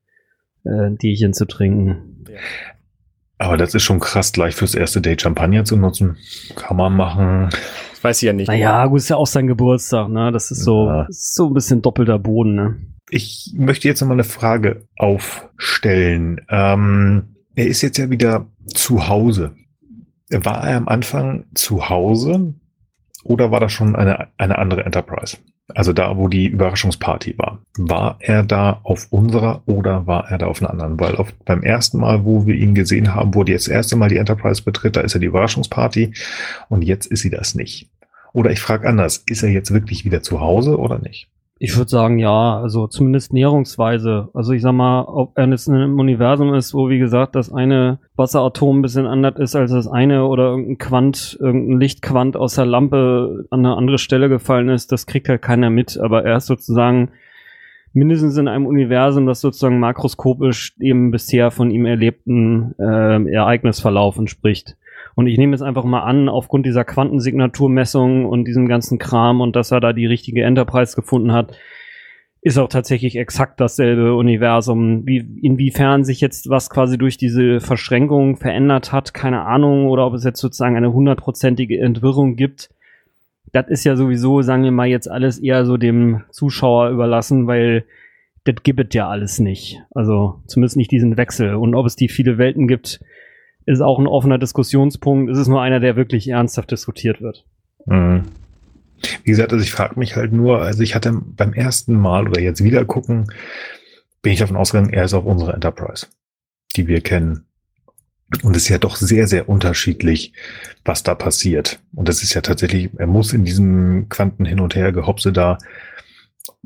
äh, Teechen zu trinken. Ja. Aber das ist schon krass, gleich fürs erste Date Champagner zu nutzen. Kann man machen. Das weiß ich ja nicht. Naja, gut, ist ja auch sein Geburtstag, ne? Das ist so, Ja. das ist so ein bisschen doppelter Boden, ne? Ich möchte jetzt noch mal eine Frage aufstellen. Ähm, er ist jetzt ja wieder zu Hause. War er am Anfang zu Hause oder war das schon eine, eine andere Enterprise? Also da, wo die Überraschungsparty war. War er da auf unserer oder war er da auf einer anderen? Weil auf, beim ersten Mal, wo wir ihn gesehen haben, wo die jetzt das erste Mal die Enterprise betritt, da ist er die Überraschungsparty und jetzt ist sie das nicht. Oder ich frage anders, ist er jetzt wirklich wieder zu Hause oder nicht? Ich würde sagen, ja, also zumindest näherungsweise. Also ich sag mal, ob er jetzt in einem Universum ist, wo, wie gesagt, das eine Wasseratom ein bisschen anders ist als das eine oder irgendein Quant, irgendein Lichtquant aus der Lampe an eine andere Stelle gefallen ist, das kriegt halt keiner mit. Aber er ist sozusagen mindestens in einem Universum, das sozusagen makroskopisch dem bisher von ihm erlebten äh, Ereignisverlauf entspricht. Und ich nehme jetzt einfach mal an, aufgrund dieser Quantensignaturmessung und diesem ganzen Kram und dass er da die richtige Enterprise gefunden hat, ist auch tatsächlich exakt dasselbe Universum. Wie, inwiefern sich jetzt was quasi durch diese Verschränkung verändert hat, keine Ahnung, oder ob es jetzt sozusagen eine hundertprozentige Entwirrung gibt. Das ist ja sowieso, sagen wir mal, jetzt alles eher so dem Zuschauer überlassen, weil das gibt es ja alles nicht. Also zumindest nicht diesen Wechsel. Und ob es die viele Welten gibt, ist auch ein offener Diskussionspunkt. Es ist nur einer, der wirklich ernsthaft diskutiert wird. Mhm. Wie gesagt, also ich frage mich halt nur, also ich hatte beim ersten Mal oder jetzt wieder gucken, bin ich davon ausgegangen, er ist auf unserer Enterprise, die wir kennen. Und es ist ja doch sehr, sehr unterschiedlich, was da passiert. Und das ist ja tatsächlich, er muss in diesem Quanten hin und her gehopse da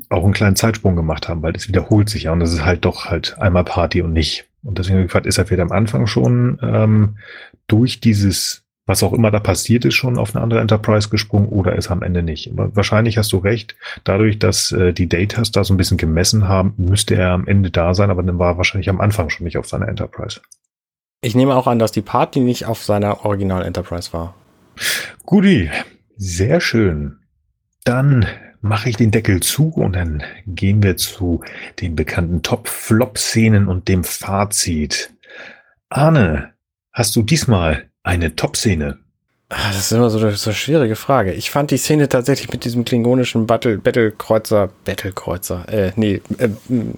auch einen kleinen Zeitsprung gemacht haben, weil das wiederholt sich ja und das ist halt doch halt einmal Party und nicht. Und deswegen habe ich gefragt, ist er vielleicht am Anfang schon ähm, durch dieses, was auch immer da passiert ist, schon auf eine andere Enterprise gesprungen oder ist er am Ende nicht? Aber wahrscheinlich hast du recht, dadurch, dass äh, die Datas da so ein bisschen gemessen haben, müsste er am Ende da sein, aber dann war er wahrscheinlich am Anfang schon nicht auf seiner Enterprise. Ich nehme auch an, dass die Party nicht auf seiner Original Enterprise war. Guti, sehr schön. Dann mache ich den Deckel zu und dann gehen wir zu den bekannten Top-Flop-Szenen und dem Fazit. Arne, hast du diesmal eine Top-Szene? Das ist immer so eine, so eine schwierige Frage. Ich fand die Szene tatsächlich mit diesem klingonischen Battle, Battlekreuzer, Battlekreuzer, äh, nee, äh,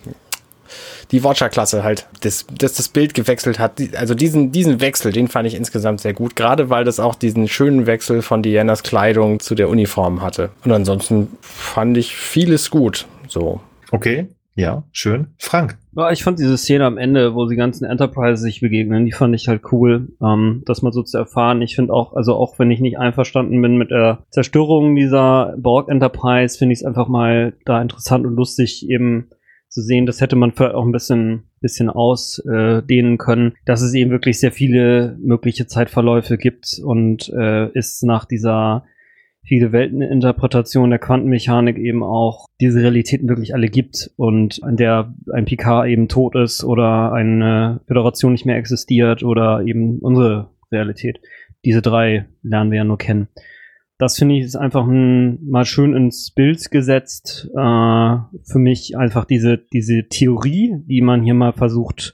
die Watcher-Klasse halt, das, das das Bild gewechselt hat. Also diesen, diesen Wechsel, den fand ich insgesamt sehr gut, gerade weil das auch diesen schönen Wechsel von Deannas Kleidung zu der Uniform hatte. Und ansonsten fand ich vieles gut, so. Okay, ja, schön. Frank? Ja, ich fand diese Szene am Ende, wo die ganzen Enterprise sich begegnen, die fand ich halt cool, ähm, das mal so zu erfahren. Ich finde auch, also auch wenn ich nicht einverstanden bin mit der Zerstörung dieser Borg Enterprise, finde ich es einfach mal da interessant und lustig, eben zu sehen, das hätte man vielleicht auch ein bisschen, bisschen ausdehnen können, dass es eben wirklich sehr viele mögliche Zeitverläufe gibt und äh, ist nach dieser viele Welteninterpretation der Quantenmechanik eben auch diese Realitäten wirklich alle gibt und an der ein Picard eben tot ist oder eine Föderation nicht mehr existiert oder eben unsere Realität. Diese drei lernen wir ja nur kennen. Das finde ich ist einfach ein, mal schön ins Bild gesetzt. Äh, für mich einfach diese, diese Theorie, die man hier mal versucht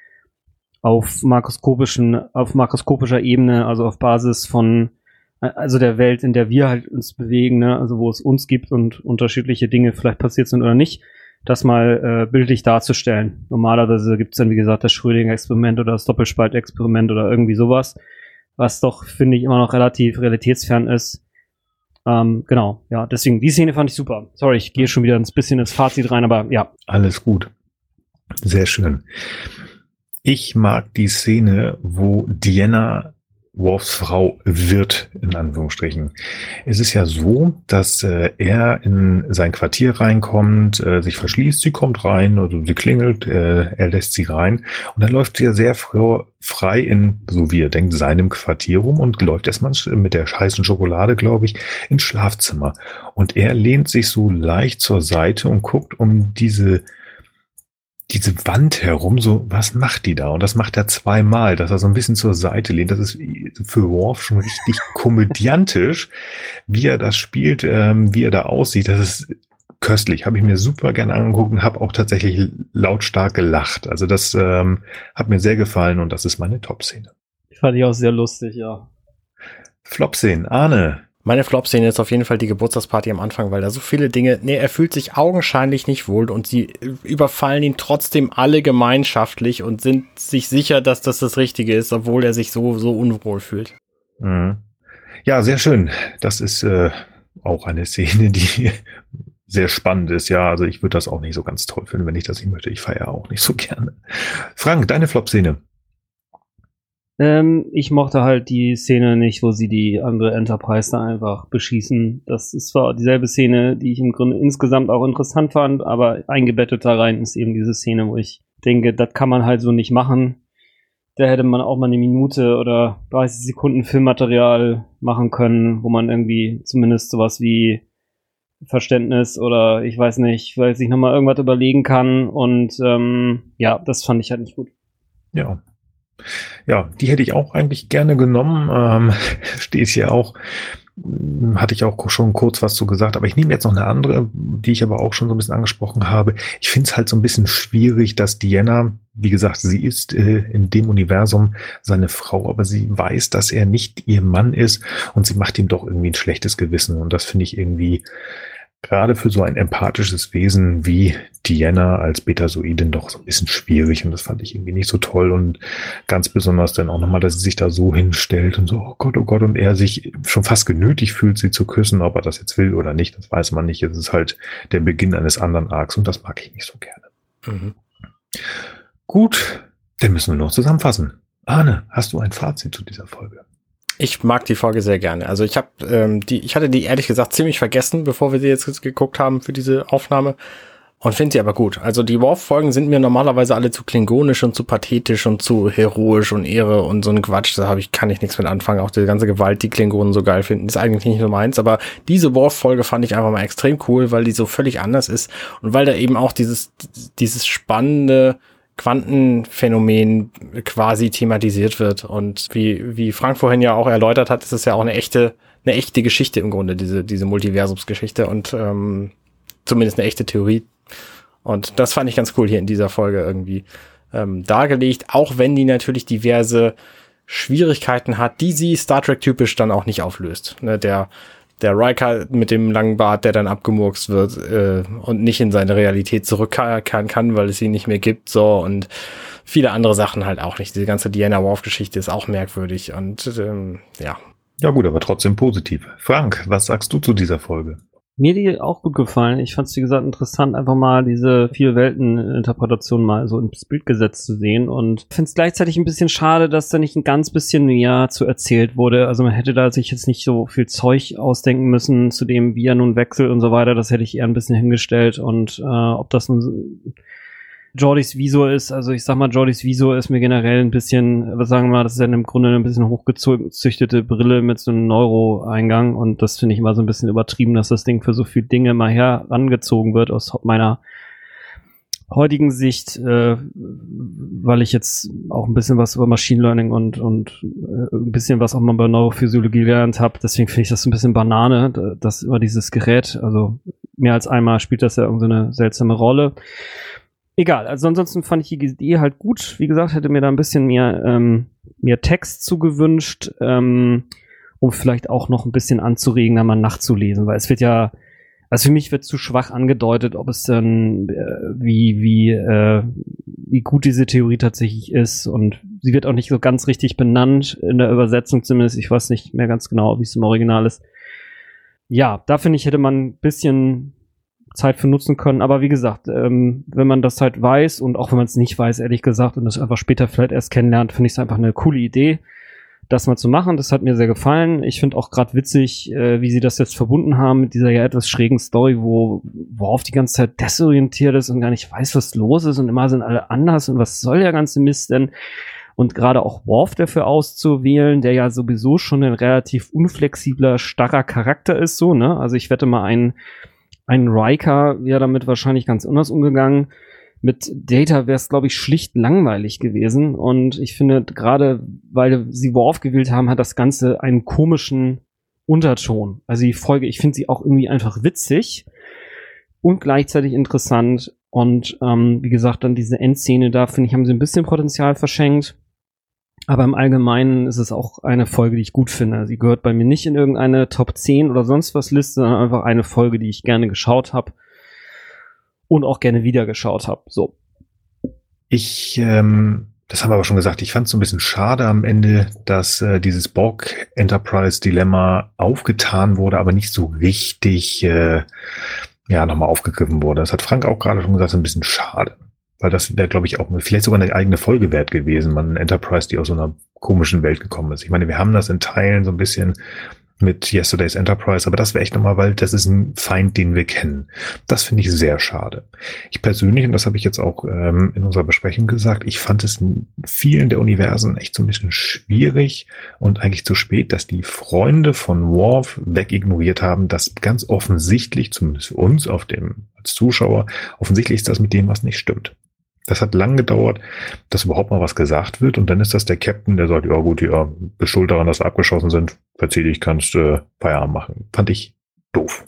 auf makroskopischen, auf makroskopischer Ebene, also auf Basis von, also der Welt, in der wir halt uns bewegen, ne? Also wo es uns gibt und unterschiedliche Dinge vielleicht passiert sind oder nicht, das mal äh, bildlich darzustellen. Normalerweise gibt es dann, wie gesagt, das Schrödinger-Experiment oder das Doppelspalt-Experiment oder irgendwie sowas, was doch, finde ich, immer noch relativ realitätsfern ist. Ähm, genau, ja, deswegen, die Szene fand ich super. Sorry, ich gehe schon wieder ein bisschen ins Fazit rein, aber ja. Alles gut. Sehr schön. Ich mag die Szene, wo Deanna Worfs Frau wird, in Anführungsstrichen. Es ist ja so, dass äh, er in sein Quartier reinkommt, äh, sich verschließt, sie kommt rein, also sie klingelt, äh, er lässt sie rein und dann läuft sie ja sehr frei in, so wie er denkt, seinem Quartier rum und läuft erstmal mit der heißen Schokolade, glaube ich, ins Schlafzimmer. Und er lehnt sich so leicht zur Seite und guckt um diese diese Wand herum, so, was macht die da? Und das macht er zweimal, dass er so ein bisschen zur Seite lehnt. Das ist für Worf schon richtig komödiantisch, wie er das spielt, ähm, wie er da aussieht. Das ist köstlich. Habe ich mir super gerne angeguckt und habe auch tatsächlich lautstark gelacht. Also das ähm, hat mir sehr gefallen und das ist meine Top-Szene. Fand ich auch sehr lustig, ja. Flop-Szenen. Arne? Meine Flop-Szene ist auf jeden Fall die Geburtstagsparty am Anfang, weil da so viele Dinge, nee, er fühlt sich augenscheinlich nicht wohl und sie überfallen ihn trotzdem alle gemeinschaftlich und sind sich sicher, dass das das Richtige ist, obwohl er sich so, so unwohl fühlt. Mhm. Ja, sehr schön. Das ist äh, auch eine Szene, die sehr spannend ist. Ja, also ich würde das auch nicht so ganz toll finden, wenn ich das nicht möchte. Ich feiere auch nicht so gerne. Frank, deine Flop-Szene? Ähm, ich mochte halt die Szene nicht, wo sie die andere Enterprise da einfach beschießen. Das ist zwar dieselbe Szene, die ich im Grunde insgesamt auch interessant fand, aber eingebettet da rein ist eben diese Szene, wo ich denke, das kann man halt so nicht machen. Da hätte man auch mal eine Minute oder dreißig Sekunden Filmmaterial machen können, wo man irgendwie zumindest sowas wie Verständnis oder ich weiß nicht, weil sich nochmal irgendwas überlegen kann und ähm, ja, das fand ich halt nicht gut. Ja. Ja, die hätte ich auch eigentlich gerne genommen. Ähm, steht hier auch, hatte ich auch schon kurz was zu gesagt, aber ich nehme jetzt noch eine andere, die ich aber auch schon so ein bisschen angesprochen habe. Ich finde es halt so ein bisschen schwierig, dass Deanna, wie gesagt, sie ist äh, in dem Universum seine Frau, aber sie weiß, dass er nicht ihr Mann ist und sie macht ihm doch irgendwie ein schlechtes Gewissen und das finde ich irgendwie gerade für so ein empathisches Wesen wie Deanna als Betasoidin doch so ein bisschen schwierig und das fand ich irgendwie nicht so toll und ganz besonders dann auch nochmal, dass sie sich da so hinstellt und so, oh Gott, oh Gott, und er sich schon fast genötigt fühlt, sie zu küssen, ob er das jetzt will oder nicht, das weiß man nicht. Es ist halt der Beginn eines anderen Arcs und das mag ich nicht so gerne. Mhm. Gut, dann müssen wir noch zusammenfassen. Arne, hast du ein Fazit zu dieser Folge? Ich mag die Folge sehr gerne. Also ich habe ähm, die, ich hatte die ehrlich gesagt ziemlich vergessen, bevor wir sie jetzt geguckt haben für diese Aufnahme. Und finde sie aber gut. Also die Worf-Folgen sind mir normalerweise alle zu klingonisch und zu pathetisch und zu heroisch und Ehre und so ein Quatsch. Da habe ich, kann ich nichts mit anfangen. Auch die ganze Gewalt, die Klingonen so geil finden, ist eigentlich nicht nur meins. Aber diese Worf-Folge fand ich einfach mal extrem cool, weil die so völlig anders ist und weil da eben auch dieses dieses spannende Quantenphänomen quasi thematisiert wird. Und wie wie Frank vorhin ja auch erläutert hat, ist es ja auch eine echte eine echte Geschichte im Grunde, diese diese Multiversumsgeschichte und ähm, zumindest eine echte Theorie. Und das fand ich ganz cool hier in dieser Folge irgendwie ähm, dargelegt, auch wenn die natürlich diverse Schwierigkeiten hat, die sie Star Trek-typisch dann auch nicht auflöst. Ne, der der Riker mit dem langen Bart, der dann abgemurkst wird äh, und nicht in seine Realität zurückkehren kann, weil es ihn nicht mehr gibt, so, und viele andere Sachen halt auch nicht. Diese ganze Deanna Worf-Geschichte ist auch merkwürdig und ähm, ja. Ja gut, aber trotzdem positiv. Frank, was sagst du zu dieser Folge? Mir die auch gut gefallen. Ich fand es, wie gesagt, interessant, einfach mal diese Vier-Welten-Interpretation mal so ins Bild gesetzt zu sehen. Und finde es gleichzeitig ein bisschen schade, dass da nicht ein ganz bisschen mehr zu erzählt wurde. Also man hätte da sich jetzt nicht so viel Zeug ausdenken müssen, zu dem, wie er nun wechselt und so weiter. Das hätte ich eher ein bisschen hingestellt. Und äh, ob das nun Geordies Visor ist, also ich sag mal, Geordies Visor ist mir generell ein bisschen, was sagen wir mal, das ist ja im Grunde eine bisschen hochgezüchtete Brille mit so einem Neuro-Eingang und das finde ich immer so ein bisschen übertrieben, dass das Ding für so viele Dinge mal herangezogen wird aus meiner heutigen Sicht, äh, weil ich jetzt auch ein bisschen was über Machine Learning und und äh, ein bisschen was auch mal bei Neurophysiologie gelernt habe, deswegen finde ich das so ein bisschen Banane, dass über dieses Gerät, also mehr als einmal spielt das ja irgendeine seltsame Rolle. Egal, also ansonsten fand ich die Idee halt gut. Wie gesagt, hätte mir da ein bisschen mehr, ähm, mehr Text zugewünscht, ähm, um vielleicht auch noch ein bisschen anzuregen, da mal nachzulesen, weil es wird ja, also für mich wird zu schwach angedeutet, ob es dann, äh, wie, wie, äh, wie gut diese Theorie tatsächlich ist, und sie wird auch nicht so ganz richtig benannt, in der Übersetzung zumindest. Ich weiß nicht mehr ganz genau, wie es im Original ist. Ja, da finde ich, hätte man ein bisschen Zeit für nutzen können, aber wie gesagt, ähm, wenn man das halt weiß und auch wenn man es nicht weiß, ehrlich gesagt, und das einfach später vielleicht erst kennenlernt, finde ich es einfach eine coole Idee, das mal zu machen. Das hat mir sehr gefallen. Ich finde auch gerade witzig, äh, wie sie das jetzt verbunden haben mit dieser ja etwas schrägen Story, wo worauf die ganze Zeit desorientiert ist und gar nicht weiß, was los ist und immer sind alle anders und was soll der ganze Mist denn? Und gerade auch Worf dafür auszuwählen, der ja sowieso schon ein relativ unflexibler, starrer Charakter ist, so, ne? Also ich wette mal, ein Ein Riker wäre damit wahrscheinlich ganz anders umgegangen. Mit Data wäre es, glaube ich, schlicht langweilig gewesen. Und ich finde, gerade weil sie Worf gewählt haben, hat das Ganze einen komischen Unterton. Also die Folge, ich finde sie auch irgendwie einfach witzig und gleichzeitig interessant. Und ähm, wie gesagt, dann diese Endszene da, finde ich, haben sie ein bisschen Potenzial verschenkt. Aber im Allgemeinen ist es auch eine Folge, die ich gut finde. Sie gehört bei mir nicht in irgendeine Top zehn oder sonst was Liste, sondern einfach eine Folge, die ich gerne geschaut habe und auch gerne wieder geschaut habe. So. Ich, ähm, das haben wir aber schon gesagt, ich fand es so ein bisschen schade am Ende, dass äh, dieses Borg-Enterprise-Dilemma aufgetan wurde, aber nicht so richtig äh, ja nochmal aufgegriffen wurde. Das hat Frank auch gerade schon gesagt, ein bisschen schade. Weil das wäre, glaube ich, auch vielleicht sogar eine eigene Folge wert gewesen, man eine Enterprise, die aus so einer komischen Welt gekommen ist. Ich meine, wir haben das in Teilen so ein bisschen mit Yesterday's Enterprise, aber das wäre echt nochmal, weil das ist ein Feind, den wir kennen. Das finde ich sehr schade. Ich persönlich, und das habe ich jetzt auch ähm, in unserer Besprechung gesagt, ich fand es in vielen der Universen echt so ein bisschen schwierig und eigentlich zu spät, dass die Freunde von Worf wegignoriert haben, dass ganz offensichtlich, zumindest für uns auf dem als Zuschauer, offensichtlich ist das mit dem, was nicht stimmt. Das hat lang gedauert, dass überhaupt mal was gesagt wird. Und dann ist das der Captain, der sagt, ja gut, ja, bist schuld daran, dass wir abgeschossen sind. Verzieh dich, kannst äh, Feierabend machen. Fand ich doof.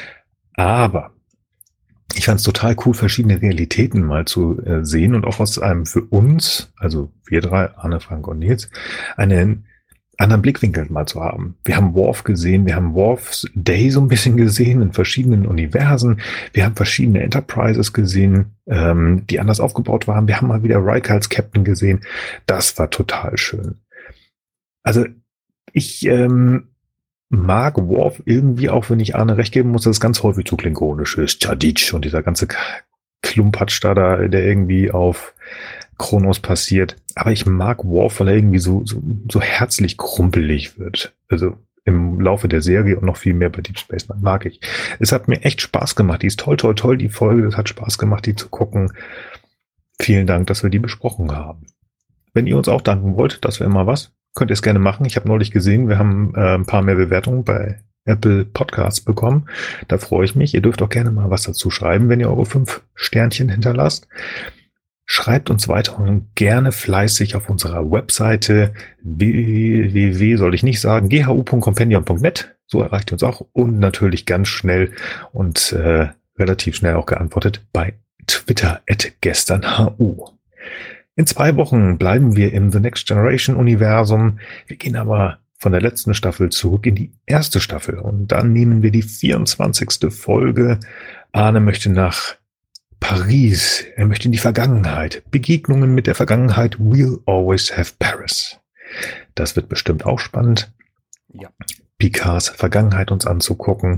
Aber ich fand es total cool, verschiedene Realitäten mal zu äh, sehen und auch aus einem für uns, also wir drei, Arne, Frank und Nils, einen anderen Blickwinkel mal zu haben. Wir haben Worf gesehen, wir haben Worf's Day so ein bisschen gesehen in verschiedenen Universen, wir haben verschiedene Enterprises gesehen, ähm, die anders aufgebaut waren, wir haben mal wieder Riker als Captain gesehen, das war total schön. Also ich ähm, mag Worf irgendwie, auch wenn ich Arne recht geben muss, dass es ganz häufig zu klingonisch ist, Tjaditsch und dieser ganze Klumpatsch da, da, der irgendwie auf Kronos passiert. Aber ich mag Worf, weil er irgendwie so, so, so herzlich krumpelig wird. Also im Laufe der Serie und noch viel mehr bei Deep Space Nine mag ich. Es hat mir echt Spaß gemacht. Die ist toll, toll, toll, die Folge. Es hat Spaß gemacht, die zu gucken. Vielen Dank, dass wir die besprochen haben. Wenn ihr uns auch danken wollt, das wäre immer was, könnt ihr es gerne machen. Ich habe neulich gesehen, wir haben äh, ein paar mehr Bewertungen bei Apple Podcasts bekommen. Da freue ich mich. Ihr dürft auch gerne mal was dazu schreiben, wenn ihr eure fünf Sternchen hinterlasst. Schreibt uns weiter und gerne fleißig auf unserer Webseite w w w, soll ich nicht sagen, g h u punkt compendion punkt net. So erreicht ihr uns auch und natürlich ganz schnell und äh, relativ schnell auch geantwortet bei Twitter at gesternhu. In zwei Wochen bleiben wir im The Next Generation Universum. Wir gehen aber von der letzten Staffel zurück in die erste Staffel und dann nehmen wir die vierundzwanzigste Folge. Arne möchte nach Paris. Er möchte in die Vergangenheit. Begegnungen mit der Vergangenheit. We'll always have Paris. Das wird bestimmt auch spannend. Ja. Picards Vergangenheit uns anzugucken.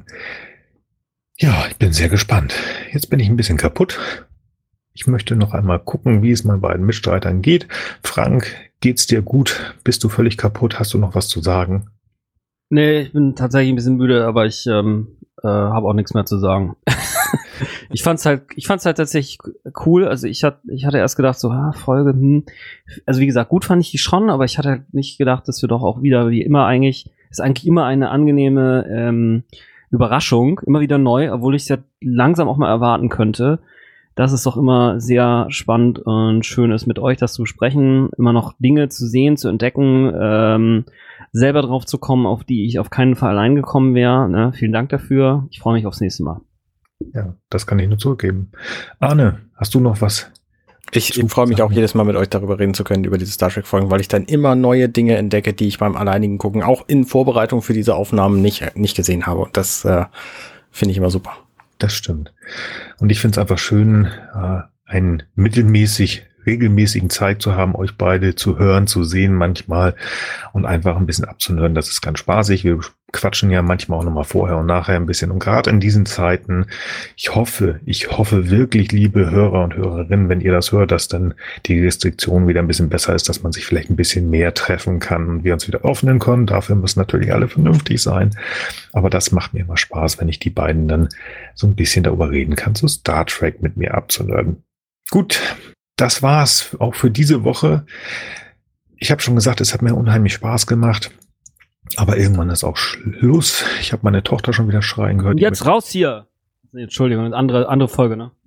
Ja, ich bin sehr gespannt. Jetzt bin ich ein bisschen kaputt. Ich möchte noch einmal gucken, wie es meinen beiden Mitstreitern geht. Frank, geht's dir gut? Bist du völlig kaputt? Hast du noch was zu sagen? Nee, ich bin tatsächlich ein bisschen müde, aber ich ähm, äh, habe auch nichts mehr zu sagen. ich fand's halt, ich fand's halt tatsächlich cool. Also ich hatte, ich hatte erst gedacht, so, ah, Folge, hm. Also wie gesagt, gut fand ich die schon, aber ich hatte halt nicht gedacht, dass wir doch auch wieder, wie immer eigentlich, ist eigentlich immer eine angenehme ähm, Überraschung, immer wieder neu, obwohl ich es ja langsam auch mal erwarten könnte. Dass es doch immer sehr spannend und schön ist, mit euch das zu besprechen, immer noch Dinge zu sehen, zu entdecken, ähm, selber drauf zu kommen, auf die ich auf keinen Fall allein gekommen wäre. Ne? Vielen Dank dafür. Ich freue mich aufs nächste Mal. Ja, das kann ich nur zurückgeben. Arne, hast du noch was? Ich, ich freue mich auch jedes Mal mit euch darüber reden zu können, über diese Star Trek-Folgen, weil ich dann immer neue Dinge entdecke, die ich beim alleinigen Gucken auch in Vorbereitung für diese Aufnahmen nicht, nicht gesehen habe. Und das äh, finde ich immer super. Das stimmt. Und ich finde es einfach schön, äh, einen mittelmäßig regelmäßigen Zeit zu haben, euch beide zu hören, zu sehen manchmal und einfach ein bisschen abzuhören. Das ist ganz spaßig. Wir quatschen ja manchmal auch nochmal vorher und nachher ein bisschen. Und gerade in diesen Zeiten, ich hoffe, ich hoffe wirklich, liebe Hörer und Hörerinnen, wenn ihr das hört, dass dann die Restriktion wieder ein bisschen besser ist, dass man sich vielleicht ein bisschen mehr treffen kann und wir uns wieder öffnen können. Dafür müssen natürlich alle vernünftig sein. Aber das macht mir immer Spaß, wenn ich die beiden dann so ein bisschen darüber reden kann, so Star Trek mit mir abzunörden. Gut. Das war's auch für diese Woche. Ich habe schon gesagt, es hat mir unheimlich Spaß gemacht. Aber irgendwann ist auch Schluss. Ich habe meine Tochter schon wieder schreien gehört. Und jetzt raus hier! Entschuldigung, andere, andere Folge, ne?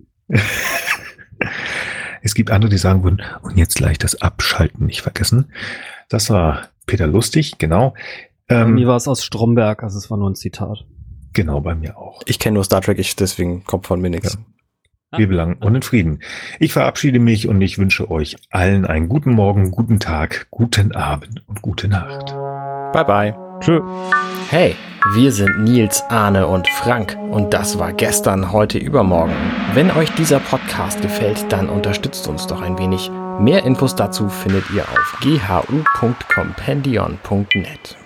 Es gibt andere, die sagen würden, und jetzt gleich das Abschalten nicht vergessen. Das war Peter Lustig, genau. Ähm, bei mir war es aus Stromberg, also es war nur ein Zitat. Genau, bei mir auch. Ich kenne nur Star Trek, ich, deswegen kommt von mir nichts. Ja. Wir belangen und in Frieden. Ich verabschiede mich und ich wünsche euch allen einen guten Morgen, guten Tag, guten Abend und gute Nacht. Bye bye. Tschö. Hey, wir sind Nils, Arne und Frank und das war gestern, heute, übermorgen. Wenn euch dieser Podcast gefällt, dann unterstützt uns doch ein wenig. Mehr Infos dazu findet ihr auf g h u punkt compendion punkt net.